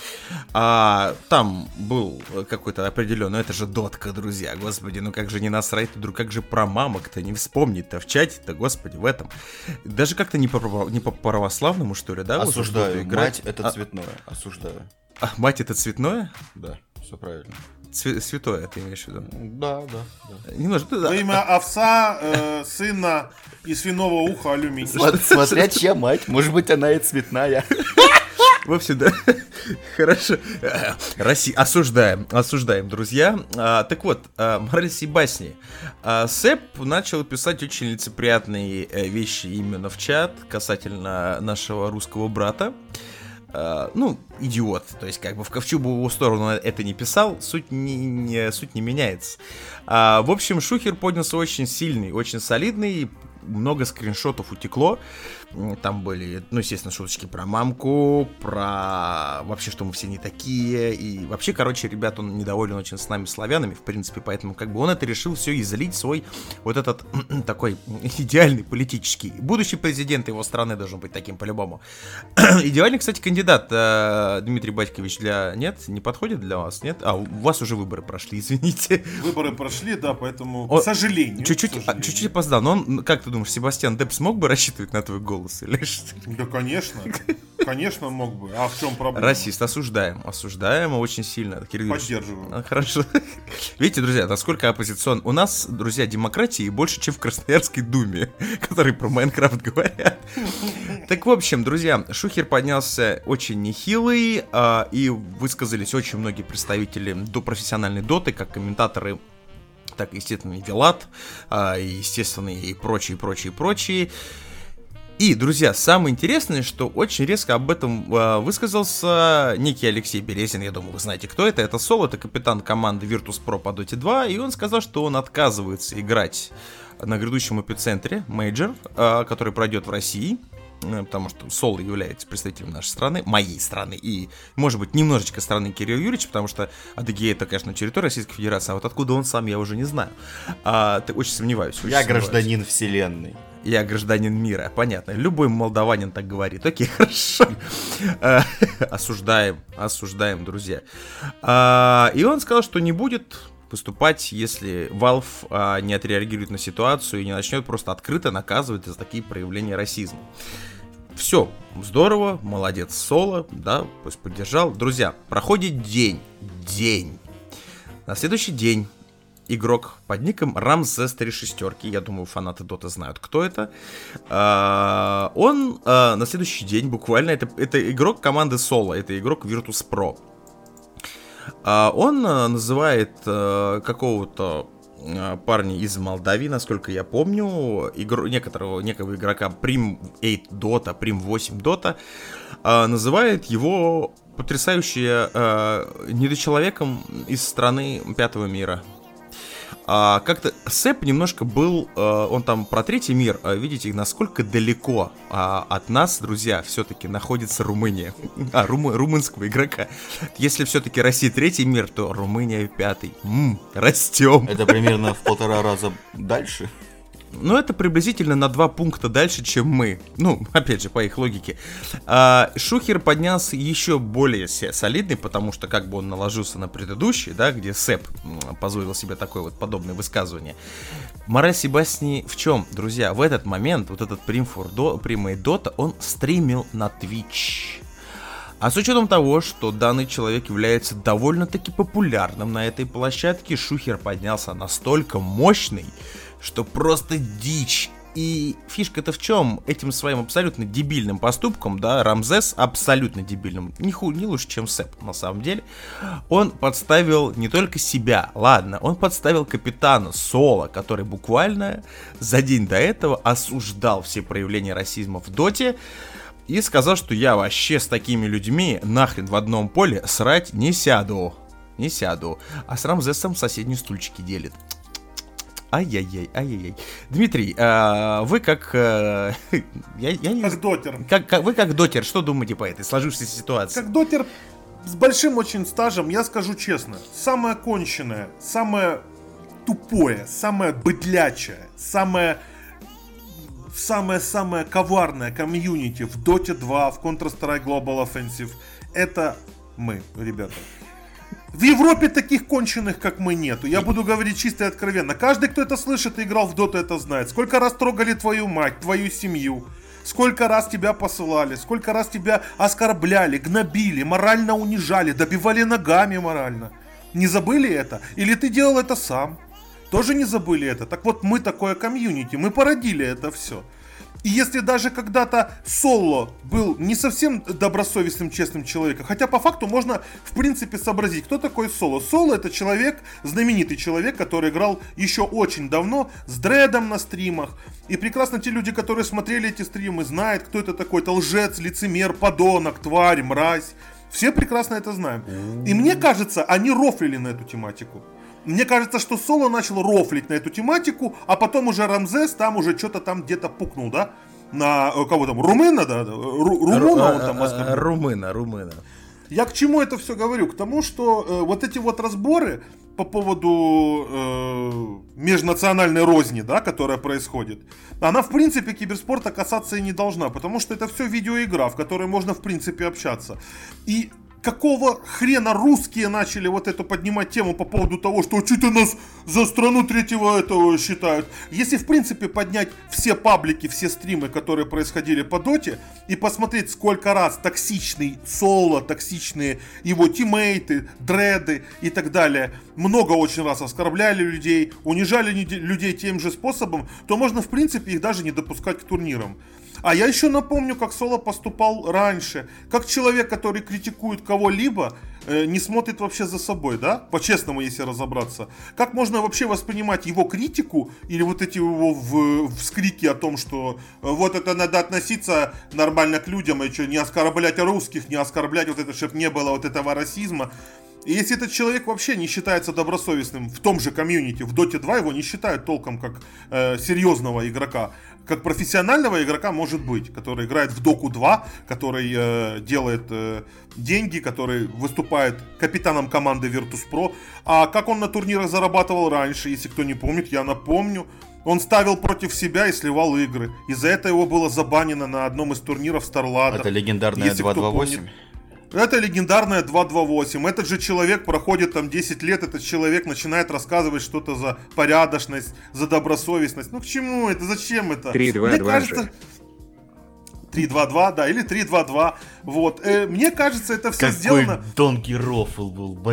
Speaker 2: Там был какой-то определенный, это же дотка, друзья, господи, ну как же не насрать, вдруг как же про мамок-то не вспомнить-то в чате-то, господи, в этом. Даже как-то не по православному, что ли, да?
Speaker 3: Осуждаю, мать это цветное, осуждаю.
Speaker 2: Мать это цветное?
Speaker 3: Да, все правильно.
Speaker 2: Святое, ты имеешь в виду?
Speaker 3: Да.
Speaker 2: Немножко,
Speaker 4: Во имя овса, сына и свиного уха алюминий.
Speaker 3: Смотря чья мать, может быть она и цветная.
Speaker 2: В общем, да. Хорошо. Осуждаем, друзья. Так вот, мораль сей басни. Сэп начал писать очень лицеприятные вещи именно в чат касательно нашего русского брата. Ну, идиот, то есть как бы в чью бы его сторону это не писал, суть не меняется. В общем, шухер поднялся очень сильный, очень солидный, много скриншотов утекло. Там были, ну, естественно, шуточки про мамку, про вообще, что мы все не такие. И вообще, короче, ребят, он недоволен очень с нами, славянами, в принципе, поэтому как бы он это решил все излить свой вот этот такой идеальный политический. Будущий президент его страны должен быть таким по-любому. Идеальный, кстати, кандидат Дмитрий Батькович Нет? Не подходит для вас? Нет? У вас уже выборы прошли, извините.
Speaker 4: Выборы прошли, да, поэтому, к сожалению.
Speaker 2: Чуть-чуть опоздал, но он, как ты думаешь, Себастьян Депп смог бы рассчитывать на твой голос? Или что?
Speaker 4: Да, конечно мог бы. А в чем проблема?
Speaker 2: Расист, осуждаем очень сильно.
Speaker 4: Поддерживаю.
Speaker 2: Хорошо. Видите, друзья, насколько оппозиционно. У нас, друзья, демократии больше, чем в Красноярской думе, которые про Майнкрафт говорят. Так, в общем, друзья, шухер поднялся очень нехилый, и высказались очень многие представители до профессиональной доты, как комментаторы, так, естественно, и Вилат, и, естественно, и прочие. И, друзья, самое интересное, что очень резко об этом высказался некий Алексей Березин, я думаю, вы знаете, кто это. Это Соло, это капитан команды Virtus.pro по Dota 2, и он сказал, что он отказывается играть на грядущем эпицентре Major, который пройдет в России, потому что Соло является представителем нашей страны, моей страны, и, может быть, немножечко страны Кирилла Юрьевича, потому что Адыгея это, конечно, территория Российской Федерации, а вот откуда он сам, я уже не знаю. Очень сомневаюсь.
Speaker 3: Гражданин вселенной.
Speaker 2: Я гражданин мира, понятно. Любой молдаванин так говорит. Окей, хорошо. Осуждаем, друзья. И он сказал, что не будет поступать, если Valve не отреагирует на ситуацию и не начнет просто открыто наказывать за такие проявления расизма. Все, здорово, молодец Соло, да, пусть поддержал. Друзья, проходит день. На следующий день игрок под ником Рамзес36. Я думаю, фанаты Доты знают, кто это. Он на следующий день буквально, это игрок команды Solo, это игрок Virtus.pro. Он называет какого-то парня из Молдавии, насколько я помню, некого игрока Prim8 Dota, Prim8 Dota, называет его потрясающе недочеловеком из страны Пятого мира. Как-то Сэп немножко был, он там про Третий мир, видите, насколько далеко от нас, друзья, все-таки находится Румыния, румынского игрока. Если все-таки Россия Третий мир, то Румыния Пятый. Растем.
Speaker 3: Это примерно в 1,5 раза дальше.
Speaker 2: Ну, это приблизительно на 2 пункта дальше, чем мы. Ну, опять же, по их логике. Шухер поднялся еще более солидный, потому что как бы он наложился на предыдущий, да, где Сэп позволил себе такое вот подобное высказывание. Мораль Себастьяни в чем, друзья? В этот момент вот этот Prim8 Dota, он стримил на Twitch. А с учетом того, что данный человек является довольно-таки популярным на этой площадке, Шухер поднялся настолько мощный, что просто дичь. И фишка-то в чем? Этим своим абсолютно дебильным поступком, да, Рамзес абсолютно дебильным, не лучше, чем Сэп, на самом деле, он подставил не только себя, ладно, он подставил капитана Соло, который буквально за день до этого осуждал все проявления расизма в Доте, и сказал, что я вообще с такими людьми нахрен в одном поле срать не сяду. А с Рамзесом соседние стульчики делит. Ай-яй-яй. Дмитрий, вы как...
Speaker 4: Как дотер.
Speaker 2: Вы как дотер, что думаете по этой сложившейся ситуации?
Speaker 4: Как дотер с большим очень стажем, я скажу честно, самое конченое, самое тупое, самое быдлячее, самое коварное комьюнити в Dota 2, в Counter-Strike Global Offensive, это мы, ребята. В Европе таких конченых, как мы, нету. Я буду говорить чисто и откровенно. Каждый, кто это слышит и играл в Доту, это знает. Сколько раз трогали твою мать, твою семью. Сколько раз тебя посылали. Сколько раз тебя оскорбляли, гнобили, морально унижали, добивали ногами морально. Не забыли это? Или ты делал это сам? Тоже не забыли это? Так вот, мы такое комьюнити. Мы породили это все. И если даже когда-то Соло был не совсем добросовестным, честным человеком, хотя по факту можно, в принципе, сообразить, кто такой Соло. Соло — это человек, знаменитый человек, который играл еще очень давно с Дредом на стримах. И прекрасно те люди, которые смотрели эти стримы, знают, кто это такой. Это лжец, лицемер, подонок, тварь, мразь. Все прекрасно это знаем. И мне кажется, они рофлили на эту тематику. Мне кажется, что Соло начал рофлить на эту тематику, а потом уже Рамзес там уже что-то там где-то пукнул, да? На кого там? Румына, да? Румына он там оскорбил.
Speaker 2: Румына.
Speaker 4: Я к чему это все говорю? К тому, что вот эти вот разборы по поводу межнациональной розни, да, которая происходит, она, в принципе, киберспорта касаться и не должна, потому что это все видеоигра, в которой можно, в принципе, общаться. И какого хрена русские начали вот эту поднимать тему по поводу того, что что-то нас за страну третьего этого считают. Если, в принципе, поднять все паблики, все стримы, которые происходили по Доте, и посмотреть, сколько раз токсичный Соло, токсичные его тиммейты, дреды и так далее, много очень раз оскорбляли людей, унижали людей тем же способом, то можно, в принципе, их даже не допускать к турнирам. А я еще напомню, как Соло поступал раньше. Как человек, который критикует кого-либо, не смотрит вообще за собой, да? По-честному, если разобраться. Как можно вообще воспринимать его критику или вот эти его вскрики о том, что вот это надо относиться нормально к людям, и что, не оскорблять русских, не оскорблять вот это, чтобы не было вот этого расизма. И если этот человек вообще не считается добросовестным в том же комьюнити, в Dota 2 его не считают толком как серьезного игрока, как профессионального игрока может быть, который играет в Доку 2, который делает деньги, который выступает капитаном команды Virtus.pro. А как он на турнирах зарабатывал раньше, если кто не помнит, я напомню. Он ставил против себя и сливал игры. Из-за этого его было забанено на одном из турниров StarLadder.
Speaker 3: Это легендарная 228?
Speaker 4: Это легендарная 228. Этот же человек проходит там 10 лет, этот человек начинает рассказывать что-то за порядочность, за добросовестность. Ну к чему это? Зачем это?
Speaker 5: 3-2-2
Speaker 4: Мне кажется... 3-2-2, да, или 3-2-2. Вот. Мне кажется, это все сделано...
Speaker 3: Какой Донки Рофл был, блин.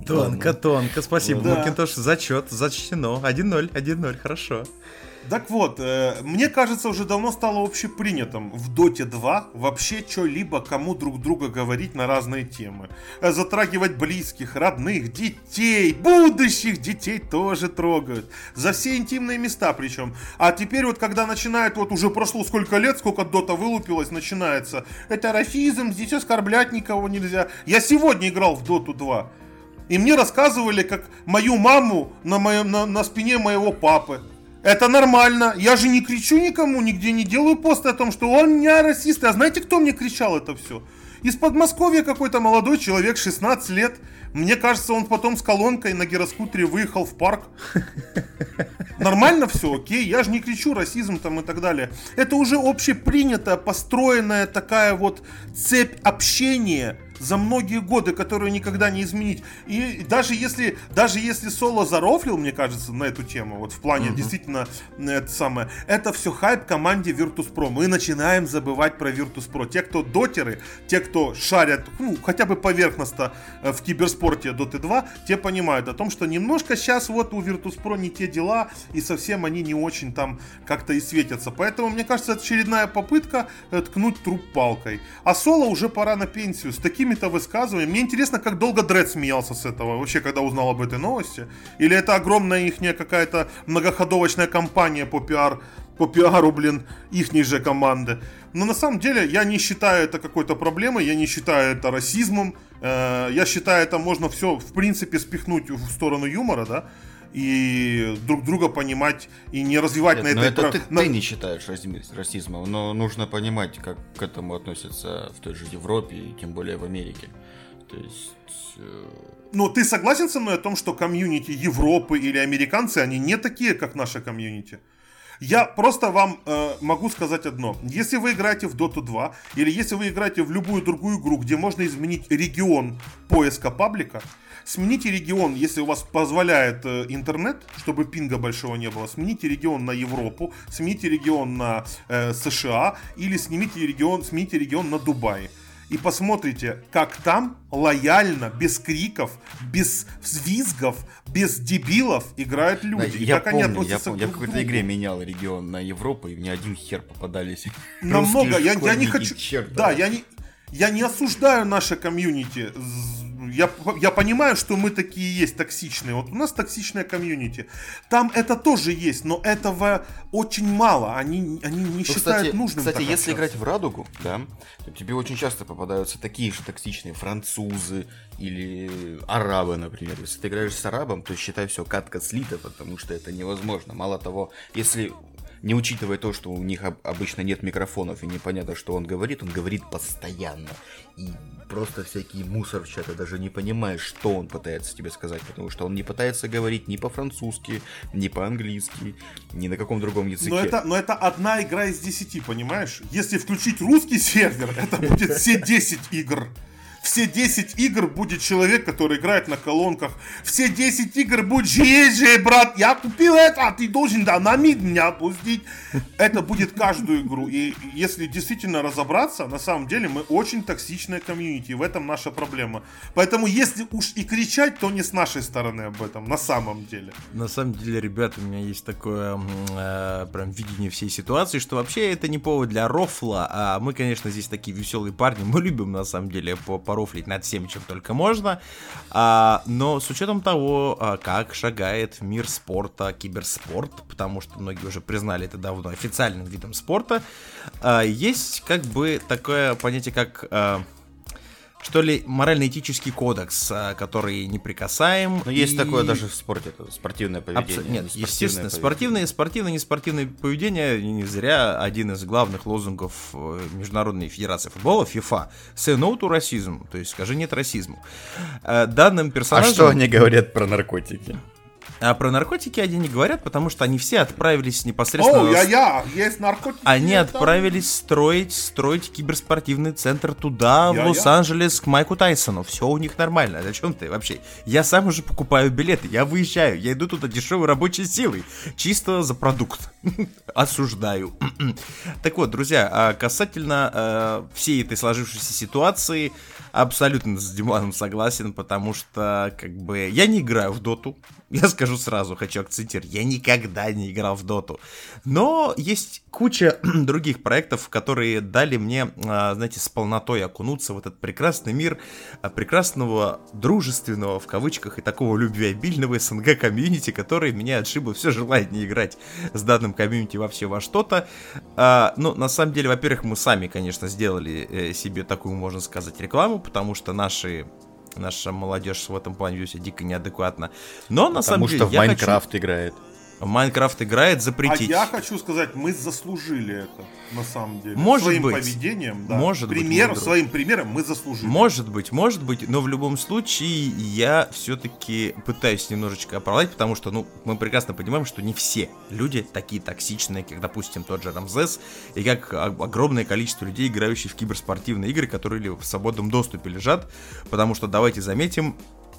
Speaker 2: Тонко, спасибо, да. Макинтош, зачет, зачтено, 1-0, хорошо.
Speaker 4: Так вот, мне кажется, уже давно стало общепринятым в Доте 2 вообще что-либо кому друг друга говорить на разные темы. Затрагивать близких, родных, детей, будущих детей тоже трогают. За все интимные места причем. А теперь вот когда начинает, вот уже прошло сколько лет, сколько Дота вылупилась, начинается. Это расизм, здесь оскорблять никого нельзя. Я сегодня играл в Доту 2. И мне рассказывали, как мою маму на спине моего папы. Это нормально. Я же не кричу никому, нигде не делаю посты о том, что он меня расист. А знаете, кто мне кричал это все? Из Подмосковья какой-то молодой человек, 16 лет. Мне кажется, он потом с колонкой на гироскутере выехал в парк. Нормально все, окей. Я же не кричу расизм там и так далее. Это уже общепринятая, построенная такая вот цепь общения за многие годы, которую никогда не изменить. И даже если Соло зарофлил, мне кажется, на эту тему, вот в плане действительно это все хайп команде Virtus.pro. Мы начинаем забывать про Virtus.pro. Те, кто дотеры, те, кто шарят, хотя бы поверхностно в киберспорте Dota 2, те понимают о том, что немножко сейчас вот у Virtus.pro не те дела, и совсем они не очень там как-то и светятся. Поэтому, мне кажется, это очередная попытка ткнуть труп палкой. А Соло уже пора на пенсию. С такими-то высказываниями. Мне интересно, как долго Дред смеялся с этого, вообще, когда узнал об этой новости. Или это огромная ихняя какая-то многоходовочная кампания по пиару, ихней же команды. Но на самом деле я не считаю это какой-то проблемой, я не считаю это расизмом. Я считаю, это можно все, в принципе, спихнуть в сторону юмора, да, и друг друга понимать и не развивать на этой...
Speaker 3: Но это ты не считаешь расизмом, но нужно понимать, как к этому относятся в той же Европе и тем более в Америке. То есть...
Speaker 4: Ну, ты согласен со мной о том, что комьюнити Европы или американцы, они не такие, как наша комьюнити? Я просто вам могу сказать одно. Если вы играете в Dota 2, или если вы играете в любую другую игру, где можно изменить регион поиска паблика, смените регион, если у вас позволяет интернет, чтобы пинга большого не было, смените регион на Европу, смените регион на США, или смените регион на Дубай. И посмотрите, как там лояльно, без криков, без взвизгов, без дебилов играют люди.
Speaker 3: Да, я помню, я в какой-то игре менял регион на Европу, и мне один хер попадались.
Speaker 4: Намного, я не хочу... Да, я не осуждаю наше комьюнити. Я понимаю, что мы такие есть токсичные. Вот у нас токсичная комьюнити. Там это тоже есть, но этого очень мало. Они не считают нужным.
Speaker 3: Кстати, если играть в Радугу, да, то тебе очень часто попадаются такие же токсичные французы или арабы, например. Если ты играешь с арабом, то считай, все, катка слита, потому что это невозможно. Мало того, если... Не учитывая то, что у них обычно нет микрофонов и непонятно, что он говорит постоянно. И просто всякий мусор в чате, даже не понимаешь, что он пытается тебе сказать, потому что он не пытается говорить ни по-французски, ни по-английски, ни на каком другом языке.
Speaker 4: Но это одна игра из 10, понимаешь? Если включить русский сервер, это будет все 10 игр. Все 10 игр будет человек, который играет на колонках. Все 10 игр будет «Же, брат, я купил это, а ты должен на мид меня пустить». Это будет каждую игру. И если действительно разобраться, на самом деле мы очень токсичная комьюнити. И в этом наша проблема. Поэтому если уж и кричать, то не с нашей стороны об этом, на самом деле.
Speaker 2: На самом деле, ребята, у меня есть такое прям видение всей ситуации, что вообще это не повод для рофла. А мы, конечно, здесь такие веселые парни. Мы любим, на самом деле, порофлить над всем, чем только можно, но с учетом того, как шагает мир спорта, киберспорт, потому что многие уже признали это давно официальным видом спорта, есть как бы такое понятие, как что ли, морально-этический кодекс, который неприкасаем.
Speaker 3: Но есть такое даже в спорте, это спортивное поведение.
Speaker 2: Нет, естественно, спортивное, неспортивное поведение, не зря один из главных лозунгов Международной Федерации футбола, FIFA, say no to racism, то есть скажи нет расизму. Данным персонажам...
Speaker 3: А что они говорят про наркотики?
Speaker 2: А про наркотики они не говорят, потому что они все отправились непосредственно...
Speaker 4: есть наркотики.
Speaker 2: Они отправились строить киберспортивный центр туда, в Лос-Анджелес, к Майку Тайсону. Все у них нормально. О чем ты вообще? Я сам уже покупаю билеты, я выезжаю, я иду туда дешевой рабочей силой. Чисто за продукт. Осуждаю. Так вот, друзья, касательно всей этой сложившейся ситуации... Абсолютно с Диманом согласен, потому что, как бы, я не играю в доту. Я скажу сразу, хочу акцентировать, я никогда не играл в доту. Но есть куча других проектов, которые дали мне, знаете, с полнотой окунуться в этот прекрасный мир прекрасного, дружественного, в кавычках, и такого любвеобильного СНГ комьюнити, который меня отшибло все желание играть с данным комьюнити вообще во что-то. Ну, на самом деле, во-первых, мы сами, конечно, сделали себе такую, можно сказать, рекламу, потому что наша молодежь в этом плане ведет себя дико неадекватно. Но на самом деле
Speaker 3: потому что в Майнкрафт играет.
Speaker 2: Майнкрафт играет, запретить.
Speaker 4: А я хочу сказать, мы заслужили это, на самом деле.
Speaker 2: Может
Speaker 4: своим
Speaker 2: быть.
Speaker 4: поведением, да.
Speaker 2: Может быть,
Speaker 4: своим примером мы заслужили.
Speaker 2: Может быть, но в любом случае я все-таки пытаюсь немножечко оправдать, потому что, ну, мы прекрасно понимаем, что не все люди такие токсичные, как, допустим, тот же Рамзес, и как огромное количество людей, играющих в киберспортивные игры, которые в свободном доступе лежат, потому что, давайте заметим,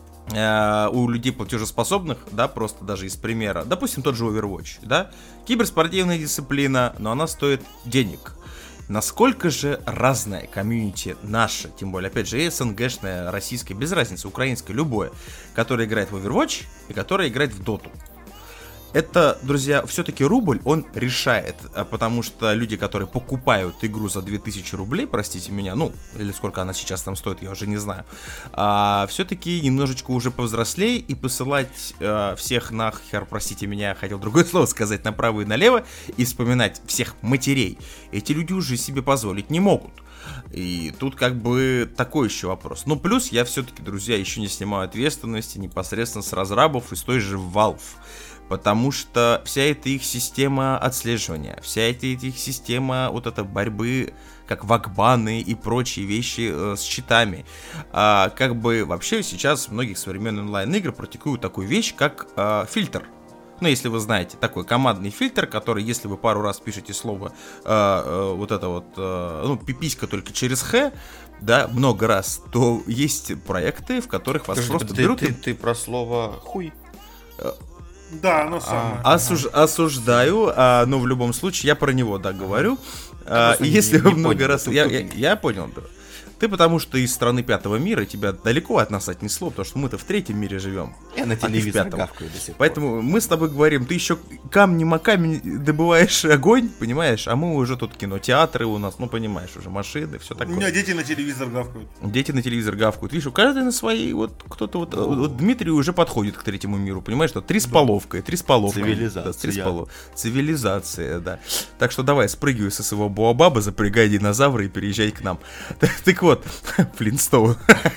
Speaker 2: у людей платежеспособных, да, просто даже из примера, допустим, тот же Overwatch, да, киберспортивная дисциплина, но она стоит денег. Насколько же разное комьюнити наше, тем более, опять же, СНГшное, российское, без разницы, украинское, любое, которое играет в Overwatch и которое играет в Доту. Это, друзья, все-таки рубль, он решает, потому что люди, которые покупают игру за 2000 рублей, простите меня, ну, или сколько она сейчас там стоит, я уже не знаю, все-таки немножечко уже повзрослее, и посылать всех нахер, простите меня, хотел другое слово сказать, направо и налево, и вспоминать всех матерей, эти люди уже себе позволить не могут. И тут как бы такой еще вопрос. Ну, плюс я все-таки, друзья, еще не снимаю ответственности непосредственно с разрабов из той же Valve. Потому что вся эта их система отслеживания, вся эта их система вот этой борьбы, как вакбаны и прочие вещи с читами, как бы вообще сейчас в многих современных онлайн-игр практикуют такую вещь, как фильтр. Ну, если вы знаете, такой командный фильтр, который, если вы пару раз пишете слово вот это вот, ну, пиписька только через Х, да, много раз, то есть проекты, в которых вас просто берут...
Speaker 3: Ты про слово хуй?
Speaker 4: Да, оно самое.
Speaker 2: Осуждаю, но в любом случае я про него, да, говорю. Если вы много раз... Я понял, да. Ты потому что из страны пятого мира, тебя далеко от нас отнесло, потому что мы-то в третьем мире живем.
Speaker 3: Я на телевизор гавкаю до сих пор.
Speaker 2: Поэтому мы с тобой говорим, ты еще камнем добываешь огонь, понимаешь? А мы уже тут кинотеатры у нас, ну понимаешь, уже машины, все такое.
Speaker 4: У меня дети на телевизор гавкают.
Speaker 2: Дети на телевизор гавкают. Видишь, у каждого на своей, вот кто-то вот Дмитрий уже подходит к третьему миру, понимаешь, что три с половкой. Цивилизация, да. Так что давай, спрыгивай со своего буабаба, запрягай динозавра и переезжай к нам. Так вот, Флинстоун.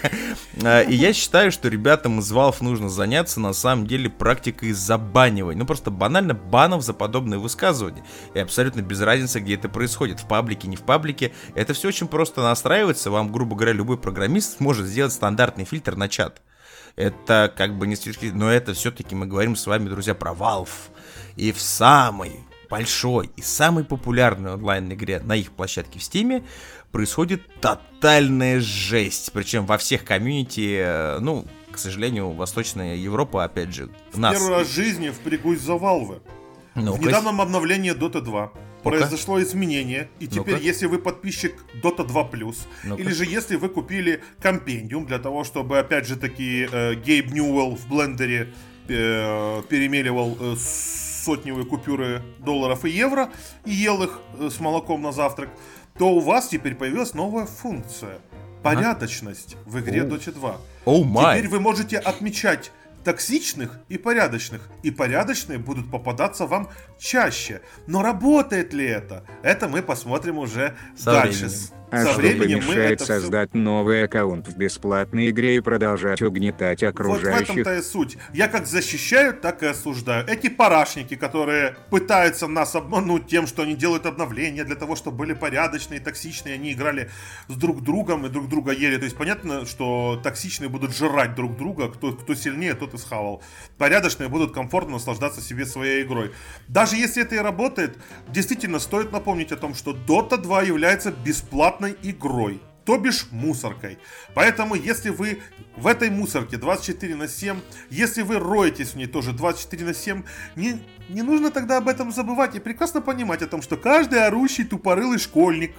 Speaker 2: И я считаю, что ребятам из Valve нужно заняться на самом деле практикой забанивания. Ну просто банально банов за подобные высказывания. И абсолютно без разницы, где это происходит. В паблике, не в паблике. Это все очень просто настраивается. Вам, грубо говоря, любой программист может сделать стандартный фильтр на чат. Это как бы не сверхъестественно. Но это все-таки мы говорим с вами, друзья, про Valve. И в самой большой и самой популярной онлайн-игре на их площадке в Steam происходит тотальная жесть. Причем во всех комьюнити, ну, к сожалению, Восточная Европа, опять же, нас...
Speaker 4: Первый раз в жизни впрягусь за Valve. В недавнем обновлении Dota 2 произошло изменение, и теперь, если вы подписчик Dota 2+, или же если вы купили компендиум для того, чтобы, опять же таки, Гейб Ньюэлл в блендере перемеливал сотневые купюры долларов и евро и ел их с молоком на завтрак, то у вас теперь появилась новая функция. Порядочность в игре Dota 2. Теперь вы можете отмечать токсичных и порядочных. И порядочные будут попадаться вам чаще. Но работает ли это? Это мы посмотрим уже дальше.
Speaker 5: А что помешает создать новый аккаунт в бесплатной игре и продолжать угнетать окружающих?
Speaker 4: Вот в этом-то и суть. Я как защищаю, так и осуждаю. Эти парашники, которые пытаются нас обмануть тем, что они делают обновления для того, чтобы были порядочные, токсичные, они играли с друг другом и друг друга ели. То есть понятно, что токсичные будут жрать друг друга, кто сильнее, тот и схавал. Порядочные будут комфортно наслаждаться себе своей игрой. Даже если это и работает, действительно стоит напомнить о том, что Dota 2 является бесплатной игрой, то бишь мусоркой. Поэтому, если вы в этой мусорке 24/7, если вы роетесь в ней тоже 24/7, не нужно тогда об этом забывать и прекрасно понимать о том, что каждый орущий тупорылый школьник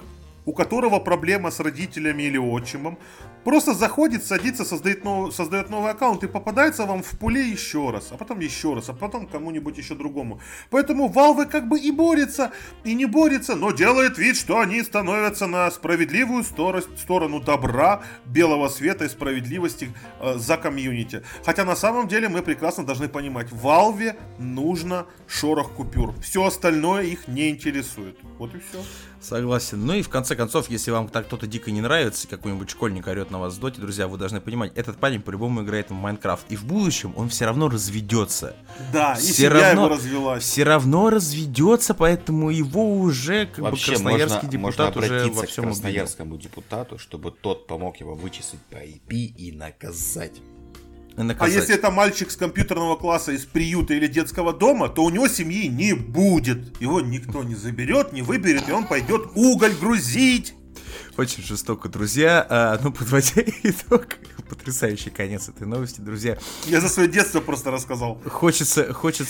Speaker 4: у которого проблема с родителями или отчимом, просто заходит, садится, создает новый аккаунт и попадается вам в пуле еще раз, а потом кому-нибудь еще другому. Поэтому Valve как бы и борется, и не борется, но делает вид, что они становятся на справедливую сторону добра, белого света и справедливости за комьюнити. Хотя на самом деле мы прекрасно должны понимать, Valve нужно шорох купюр. Все остальное их не интересует. Вот и все.
Speaker 2: Согласен. Ну и в конце концов, если вам так кто-то дико не нравится, какой-нибудь школьник орет на вас в доте, друзья, вы должны понимать, этот парень по-любому играет в Майнкрафт. И в будущем он все равно разведется.
Speaker 4: Да, и семья его развелась.
Speaker 2: Все равно разведется, поэтому его уже как
Speaker 3: вообще,
Speaker 2: бы красноярский депутат
Speaker 3: можно
Speaker 2: уже во всем
Speaker 3: к красноярскому депутату, чтобы тот помог его вычислить по IP и наказать.
Speaker 4: А если это мальчик с компьютерного класса из приюта или детского дома, то у него семьи не будет. Его никто не заберет, не выберет, и он пойдет уголь грузить.
Speaker 2: Очень жестоко, друзья. Ну, подводя итог, потрясающий конец этой новости, друзья.
Speaker 4: Я за свое детство просто рассказал.
Speaker 2: Хочется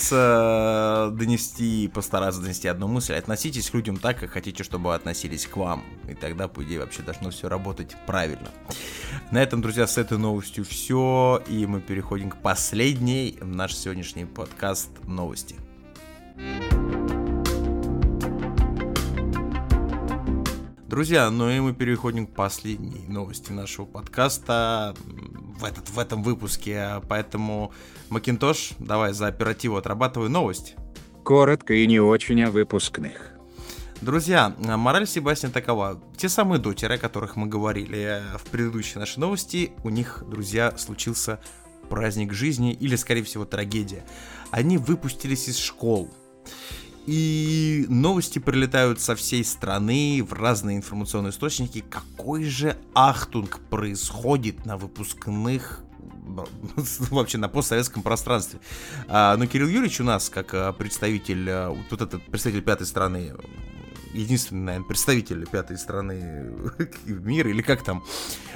Speaker 2: постараться донести одну мысль. Относитесь к людям так, как хотите, чтобы относились к вам. И тогда, по идее, вообще должно все работать правильно. На этом, друзья, с этой новостью все. И мы переходим к последней в наш сегодняшний подкаст новости. Друзья, ну и мы переходим к последней новости нашего подкаста в этом выпуске. Поэтому, Макинтош, давай за оперативу отрабатывай новость.
Speaker 5: Коротко и не очень о выпускных.
Speaker 2: Друзья, мораль всей басни такова. Те самые дотеры, о которых мы говорили в предыдущей нашей новости, у них, друзья, случился праздник жизни или, скорее всего, трагедия. Они выпустились из школ. И новости прилетают со всей страны в разные информационные источники. Какой же ахтунг происходит на выпускных, вообще на постсоветском пространстве. Но Кирилл Юрьевич у нас, как представитель, вот этот представитель пятой страны, единственный, наверное, представитель пятой страны мира, или как там,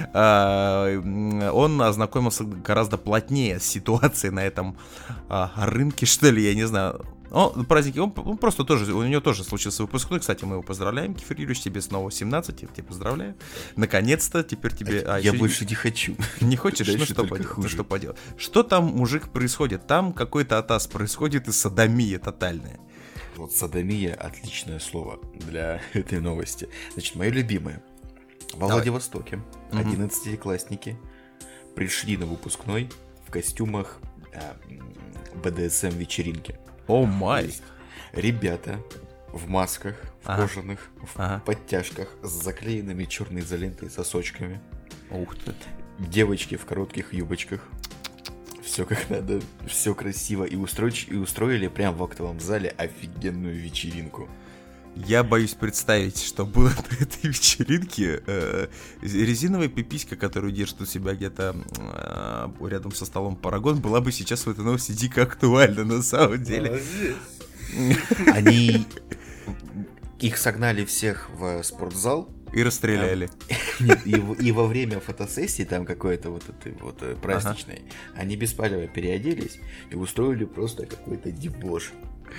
Speaker 2: он ознакомился гораздо плотнее с ситуацией на этом рынке, что ли, я не знаю. Праздники, он просто тоже, у него тоже случился выпускной. Кстати, мы его поздравляем, Кефир Юрьевич, тебе снова 17, я тебя поздравляю. Наконец-то, теперь тебе...
Speaker 3: Я больше не хочу.
Speaker 2: Не хочешь? Ну что поделать? Что там, мужик, происходит? Там какой-то атас происходит и содомия тотальная.
Speaker 3: Вот содомия — отличное слово для этой новости. Значит, мое любимое. Во Владивостоке 11-классники пришли на выпускной в костюмах БДСМ-вечеринки.
Speaker 2: О май!
Speaker 3: Ребята в масках, в кожаных, в подтяжках с заклеенными черной изолентой сосочками.
Speaker 2: Ух ты.
Speaker 3: Девочки в коротких юбочках. Все как надо, все красиво. И устроили прямо в актовом зале офигенную вечеринку.
Speaker 2: Я боюсь представить, что было на этой вечеринке. Резиновая пиписька, которую держит у себя где-то рядом со столом Парагон, была бы сейчас в этой новости дико актуальна на самом деле.
Speaker 3: Они их согнали всех в спортзал.
Speaker 2: И расстреляли.
Speaker 3: И во время фотосессии, там какой-то вот этой вот праздничной, они беспалево переоделись и устроили просто какой-то дебош.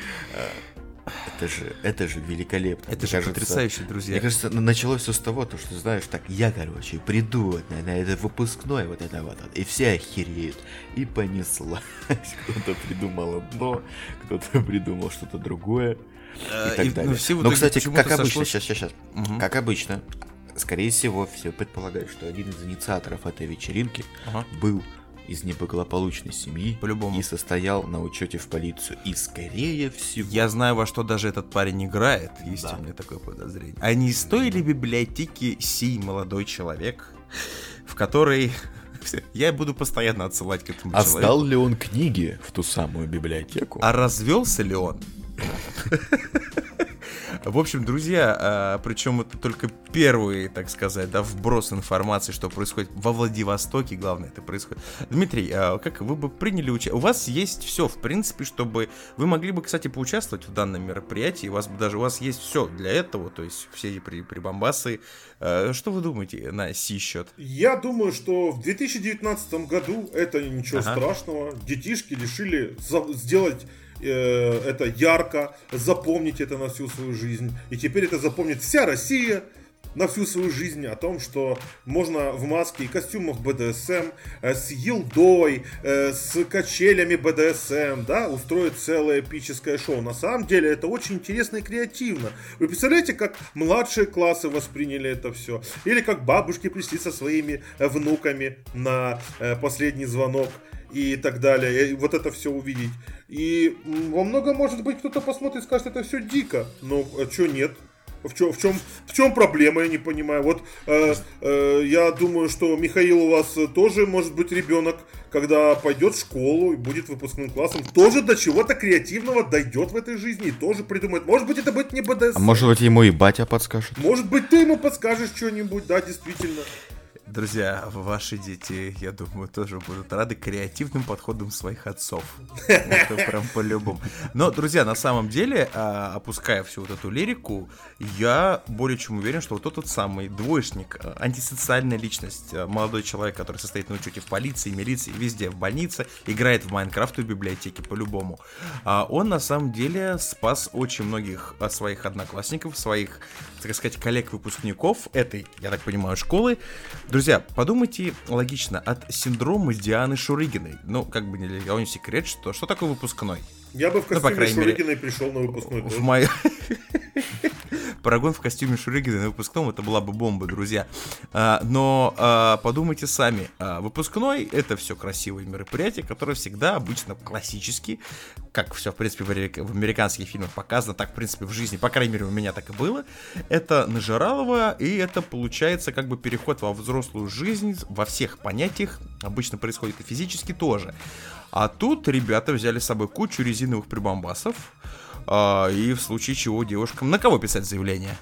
Speaker 3: Это же великолепно.
Speaker 2: Это же потрясающе, друзья.
Speaker 3: Мне кажется, началось все с того, что знаешь, так, я, приду на этот выпускной, вот это вот, и все охереют. И понеслась. Кто-то придумал одно, кто-то придумал что-то другое. И так далее. Но, кстати, как обычно, сейчас. Как обычно, скорее всего, все предполагают, что один из инициаторов этой вечеринки был из неблагополучной семьи.
Speaker 2: По-любому.
Speaker 3: И состоял на учете в полицию. И скорее всего...
Speaker 2: Я знаю, во что даже этот парень играет. Есть у меня такое подозрение. А не из той ли библиотеки сей молодой человек, в которой... Я буду постоянно отсылать к этому человеку.
Speaker 3: А сдал ли он книги в ту самую библиотеку?
Speaker 2: А развелся ли он? В общем, друзья, причем это только первый, так сказать, вброс информации, что происходит во Владивостоке, главное, это происходит. Дмитрий, как вы бы приняли участие? У вас есть все, в принципе, чтобы... Вы могли бы, кстати, поучаствовать в данном мероприятии, у вас есть все для этого, то есть все прибамбасы. Что вы думаете на сей счет?
Speaker 4: Я думаю, что в 2019 году это ничего страшного. Детишки решили сделать... это ярко, запомнить это на всю свою жизнь. И теперь это запомнит вся Россия, на всю свою жизнь о том, что можно в маске и костюмах БДСМ, с елдой, с качелями БДСМ, да, устроить целое эпическое шоу. На самом деле это очень интересно и креативно. Вы представляете, как младшие классы восприняли это все? Или как бабушки пришли со своими внуками на последний звонок и так далее, и вот это все увидеть. И во многом, может быть, кто-то посмотрит и скажет, это все дико, но что нет? В чем проблема, я не понимаю. Вот я думаю, что Михаил у вас тоже, может быть, ребенок, когда пойдет в школу и будет выпускным классом, тоже до чего-то креативного дойдет в этой жизни и тоже придумает. Может быть, это будет не БДСМ.
Speaker 3: А может быть, ему и батя подскажет.
Speaker 4: Может быть, ты ему подскажешь что-нибудь, да, действительно.
Speaker 2: Друзья, ваши дети, я думаю, тоже будут рады креативным подходам своих отцов. Это прям по-любому. Но, друзья, на самом деле, опуская всю вот эту лирику, я более чем уверен, что вот тот самый двоечник, антисоциальная личность, молодой человек, который состоит на учете в полиции, милиции, везде, в больнице, играет в Майнкрафт в библиотеке по-любому. Он, на самом деле, спас очень многих своих одноклассников, своих, так сказать, коллег-выпускников этой, я так понимаю, школы. Друзья, подумайте логично, от синдрома Дианы Шурыгиной. Ну, как бы для кого не секрет, что такое выпускной?
Speaker 4: Я бы в костюме Шурыгиной пришел на выпускной.
Speaker 2: Парагон в костюме Шурыгиной на выпускном, это была бы бомба, друзья. Но подумайте сами, выпускной — это все красивые мероприятия, которые всегда обычно классические, как все, в принципе, в американских фильмах показано, так, в принципе, в жизни, по крайней мере, у меня так и было. Это нажиралово, и это получается как бы переход во взрослую жизнь во всех понятиях, обычно происходит и физически тоже. А тут ребята взяли с собой кучу резиновых прибамбасов, и в случае чего девушкам... На кого писать заявление?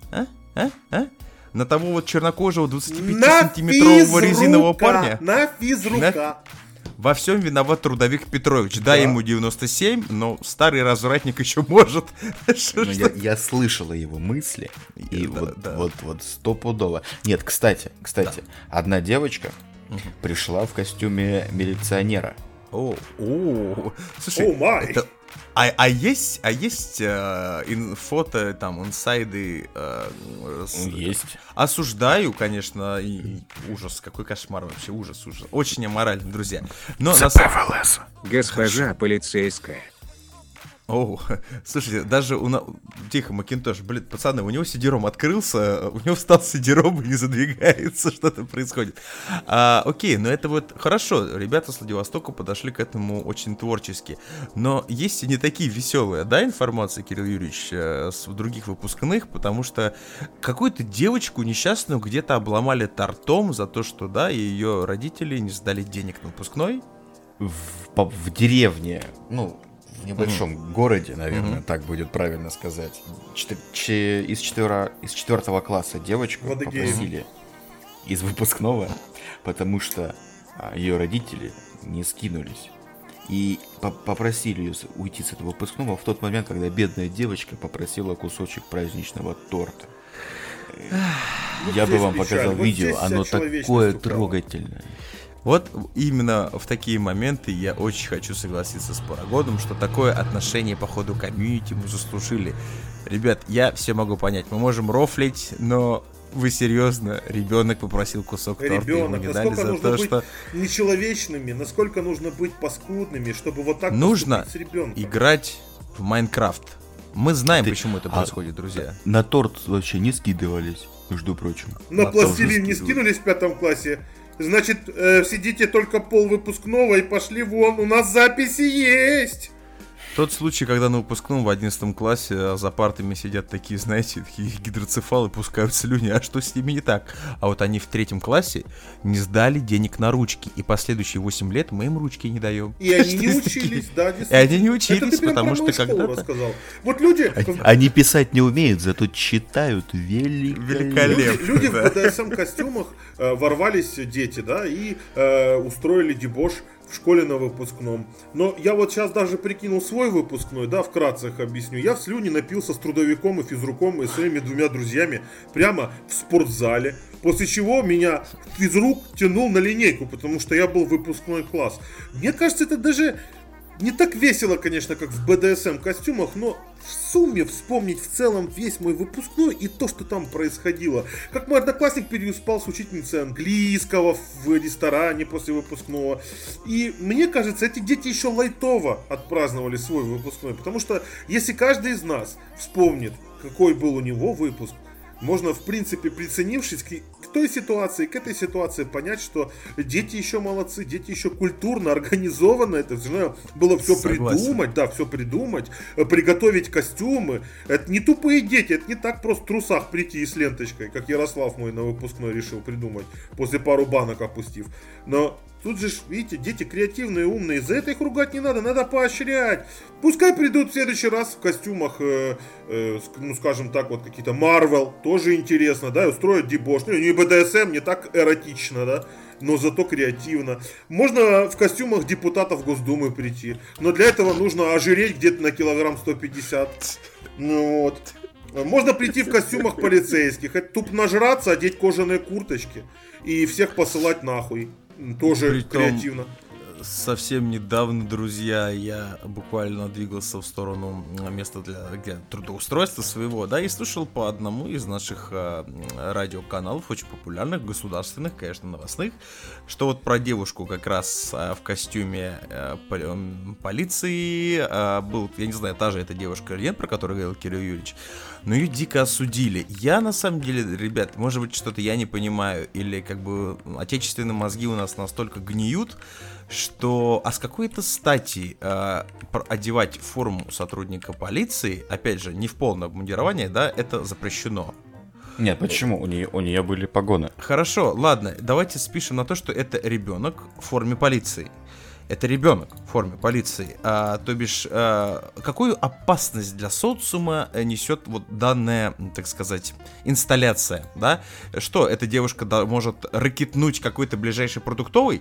Speaker 2: На того вот чернокожего 25-сантиметрового резинового парня?
Speaker 4: На физрука.
Speaker 2: Во всем виноват трудовик Петрович. Да, ему 97, но старый развратник еще может.
Speaker 3: Я слышала его мысли, и вот стопудово. Нет, кстати, одна девочка пришла в костюме милиционера.
Speaker 2: Слушай, а есть фото, там, инсайды?
Speaker 3: Есть.
Speaker 2: Осуждаю, конечно, и ужас, какой кошмар вообще, ужас. Очень аморально, друзья. Но
Speaker 5: Госпожа полицейская.
Speaker 2: Слушайте, даже Тихо, Макинтош, пацаны, у него сидером открылся, у него встал сидером и не задвигается, что-то происходит. Окей, но это вот хорошо, ребята с Владивостока подошли к этому очень творчески. Но есть и не такие веселые, да, информации, Кирилл Юрьевич, с других выпускных, потому что какую-то девочку несчастную где-то обломали тортом за то, что, да, ее родители не сдали денег на выпускной.
Speaker 3: В деревне, в небольшом городе, наверное, так будет правильно сказать. Из 4 класса девочку попросили из выпускного, потому что ее родители не скинулись. И попросили ее уйти с этого выпускного в тот момент, когда бедная девочка попросила кусочек праздничного торта. Я бы вам показал видео, оно такое трогательное.
Speaker 2: Вот именно в такие моменты я очень хочу согласиться с Парагоном, что такое отношение по ходу комьюнити мы заслужили. Ребят, я все могу понять, мы можем рофлить, но вы серьезно, ребенок попросил кусок торта, ему не дали за то, что...
Speaker 4: нечеловечными, насколько нужно быть паскудными, чтобы вот так
Speaker 2: нужно
Speaker 4: поступить с ребенком.
Speaker 2: Нужно играть в Майнкрафт. Мы знаем, почему это происходит, друзья.
Speaker 3: На торт вообще не скидывались, между прочим.
Speaker 4: На пластилин не скинулись в 5 классе? Значит, сидите только полвыпускного и пошли вон, у нас записи есть!
Speaker 2: Тот случай, когда на выпускном в 11 классе за партами сидят такие, знаете, такие гидроцефалы, пускают слюни, а что с ними не так? А вот они в 3 классе не сдали денег на ручки, и последующие 8 лет мы им ручки не даем.
Speaker 4: И они не учились, да, действительно.
Speaker 2: И они не учились, потому что когда-то...
Speaker 4: Вот люди...
Speaker 3: Они писать не умеют, зато читают великолепно.
Speaker 4: Люди в БДСМ-костюмах ворвались, дети, да, и устроили дебош в школе на выпускном. Но я вот сейчас даже прикинул свой выпускной, да, вкратце их объясню. Я в слюни напился с трудовиком и физруком и своими 2 друзьями прямо в спортзале. После чего меня физрук тянул на линейку, потому что я был выпускной класс. Мне кажется, это даже не так весело, конечно, как в БДСМ костюмах, но в сумме вспомнить в целом весь мой выпускной и то, что там происходило. Как мой одноклассник переспал с учительницей английского в ресторане после выпускного. И мне кажется, эти дети еще лайтово отпраздновали свой выпускной. Потому что если каждый из нас вспомнит, какой был у него выпуск, можно, в принципе, приценившись к той ситуации, к этой ситуации, понять, что дети еще молодцы, дети еще культурно, организованно. Это было все придумать, да, все придумать, приготовить костюмы. Это не тупые дети, это не так просто в трусах прийти и с ленточкой, как Ярослав мой на выпускной решил придумать, после пару банок опустив. Но тут же, видите, дети креативные, умные, за это их ругать не надо, надо поощрять. Пускай придут в следующий раз в костюмах, ну скажем так, вот какие-то Marvel, тоже интересно, да, и устроят дебош. Ну, не БДСМ, не так эротично, да, но зато креативно. Можно в костюмах депутатов Госдумы прийти, но для этого нужно ожиреть где-то на килограмм 150. Ну вот. Можно прийти в костюмах полицейских, это тупо нажраться, одеть кожаные курточки и всех посылать нахуй. Тоже притом, креативно.
Speaker 2: Совсем недавно, друзья, я буквально двигался в сторону места для трудоустройства своего, да, и слушал по одному из наших радиоканалов, очень популярных, государственных, конечно, новостных, что вот про девушку как раз в костюме полиции был, я не знаю, та же эта девушка или нет, про которую говорил Кирилл Юрьевич, но ее дико осудили. Я, на самом деле, ребят, может быть, что-то я не понимаю, или как бы отечественные мозги у нас настолько гниют, что, а с какой-то стати одевать форму сотрудника полиции, опять же, не в полное обмундирование, да, это запрещено.
Speaker 3: Нет, почему? У нее были погоны.
Speaker 2: Хорошо, ладно, давайте спишем на то, что это ребенок в форме полиции. Это ребенок в форме полиции. То бишь, какую опасность для социума несет вот данная, так сказать, инсталляция, да? Что, эта девушка может ракетнуть какой-то ближайший продуктовый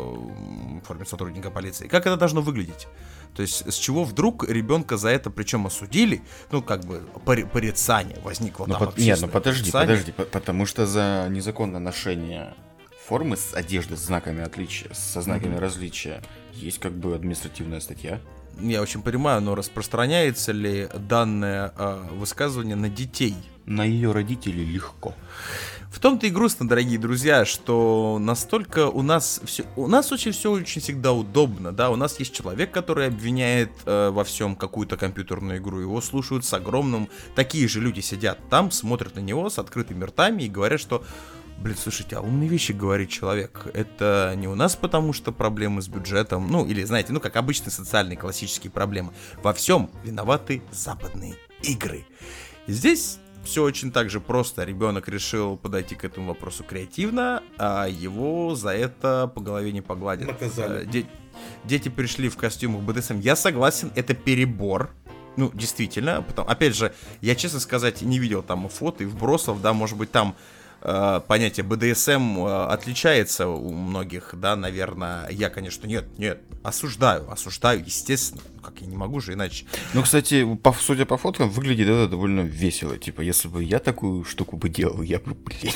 Speaker 2: в форме сотрудника полиции? Как это должно выглядеть? То есть, с чего вдруг ребенка за это, причем осудили, ну, как бы, порицание возникло там общественное.
Speaker 3: Нет, ну подожди, потому что за незаконное ношение формы с одеждой с знаками отличия, со знаками различия, есть как бы административная статья.
Speaker 2: Я очень понимаю, но распространяется ли данное высказывание на детей?
Speaker 3: На ее родителей легко.
Speaker 2: В том-то и грустно, дорогие друзья, что настолько у нас очень все очень всегда удобно, да, у нас есть человек, который обвиняет во всем какую-то компьютерную игру, его слушают с огромным, такие же люди сидят там, смотрят на него с открытыми ртами и говорят, что блин, слушайте, а умные вещи говорит человек. Это не у нас, потому что проблемы с бюджетом, ну, или, знаете, ну, как обычные социальные классические проблемы. Во всем виноваты западные игры. И здесь все очень так же просто. Ребенок решил подойти к этому вопросу креативно, а его за это по голове не погладят.
Speaker 4: Наказали.
Speaker 2: Дети пришли в костюмах БДСМ. Я согласен, это перебор. Ну, действительно. Потом, опять же, я, честно сказать, не видел там фото и вбросов, да, может быть, там понятие БДСМ отличается у многих, да, наверное. Я, конечно, нет, осуждаю, естественно, как я не могу же иначе.
Speaker 3: Ну, кстати, судя по фоткам, выглядит это довольно весело. Типа, если бы я такую штуку бы делал, я бы, блин,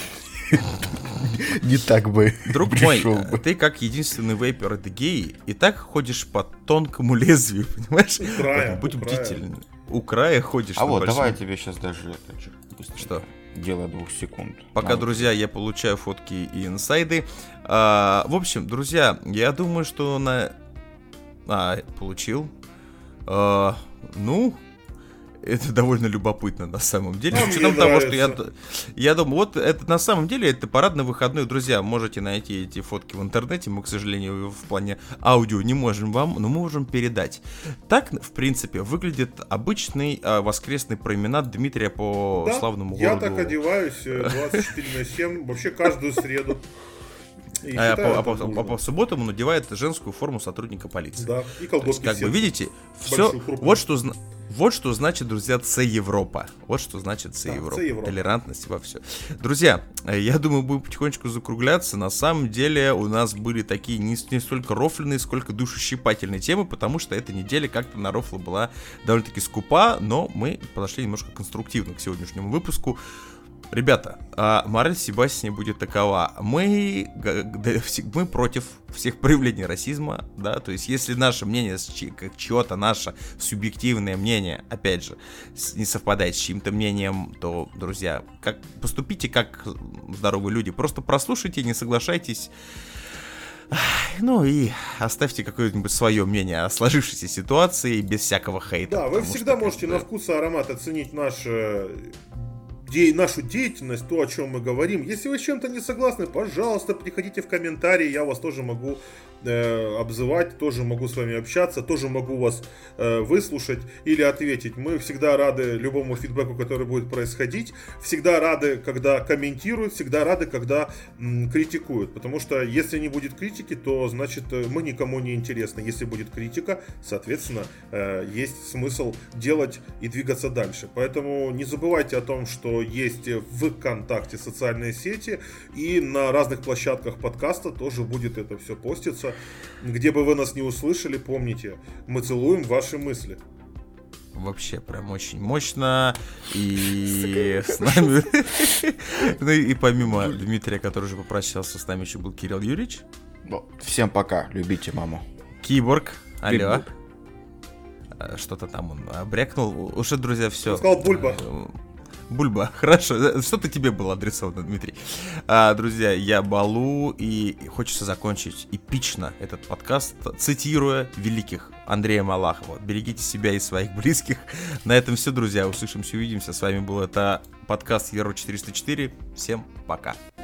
Speaker 3: не так бы.
Speaker 2: Друг мой, ты как единственный вейпер это гей, и так ходишь по тонкому лезвию, понимаешь? Будь бдительный. У края ходишь.
Speaker 3: А вот, давай я тебе сейчас даже
Speaker 2: что?
Speaker 3: Дело 2 секунд.
Speaker 2: Пока, друзья, я получаю фотки и инсайды. В общем, друзья, я думаю, что получил. Ну, это довольно любопытно на самом деле. С учетом того, что я думаю, вот это на самом деле это парад на выходных, друзья. Можете найти эти фотки в интернете. Мы, к сожалению, в плане аудио не можем вам, но мы можем передать. Так, в принципе, выглядит обычный воскресный променад Дмитрия по славному городу.
Speaker 4: Я так одеваюсь 24/7, вообще каждую среду.
Speaker 2: По субботам он надевает женскую форму сотрудника полиции.
Speaker 4: Да, и колготки.
Speaker 2: Как вы видите, все. Вот что значит, друзья, Европа. Вот что значит Европа. Толерантность во все. Друзья, я думаю, будем потихонечку закругляться. На самом деле у нас были такие не столько рофленные, сколько душещипательные темы, потому что эта неделя как-то на рофлы была довольно-таки скупа, но мы подошли немножко конструктивно к сегодняшнему выпуску. Ребята, мораль Себастьяна будет такова. Мы против всех проявлений расизма, да, то есть если наше мнение, как чье-то наше субъективное мнение, опять же, не совпадает с чьим-то мнением, то, друзья, поступите как здоровые люди, просто прослушайте, не соглашайтесь. Ну и оставьте какое-нибудь свое мнение о сложившейся ситуации без всякого хейта.
Speaker 4: Да, вы всегда можете на вкус и аромат оценить нашу деятельность, то, о чем мы говорим. Если вы с чем-то не согласны, пожалуйста, приходите в комментарии, я вас тоже могу обзывать, тоже могу с вами общаться, тоже могу вас выслушать или ответить. Мы всегда рады любому фидбэку, который будет происходить, всегда рады, когда комментируют, всегда рады, когда критикуют, потому что если не будет критики, то значит мы никому не интересны. Если будет критика, соответственно, есть смысл делать и двигаться дальше. Поэтому не забывайте о том, что есть в ВКонтакте социальные сети, и на разных площадках подкаста тоже будет это все поститься. Где бы вы нас не услышали, помните, мы целуем ваши мысли.
Speaker 2: Вообще прям очень мощно. И с нами... Ну и помимо Дмитрия, который уже попрощался, с нами еще был Кирилл Юрьевич.
Speaker 3: Всем пока, любите маму.
Speaker 2: Киборг, алло. Что-то там он брякнул. Уже, друзья, все.
Speaker 4: Он сказал Бульба.
Speaker 2: Бульба, хорошо. Что-то тебе было адресовано, Дмитрий. Друзья, я Балу, и хочется закончить эпично этот подкаст, цитируя великих Андрея Малахова. Берегите себя и своих близких. На этом все, друзья. Услышимся, увидимся. С вами был это подкаст Euro 404. Всем пока.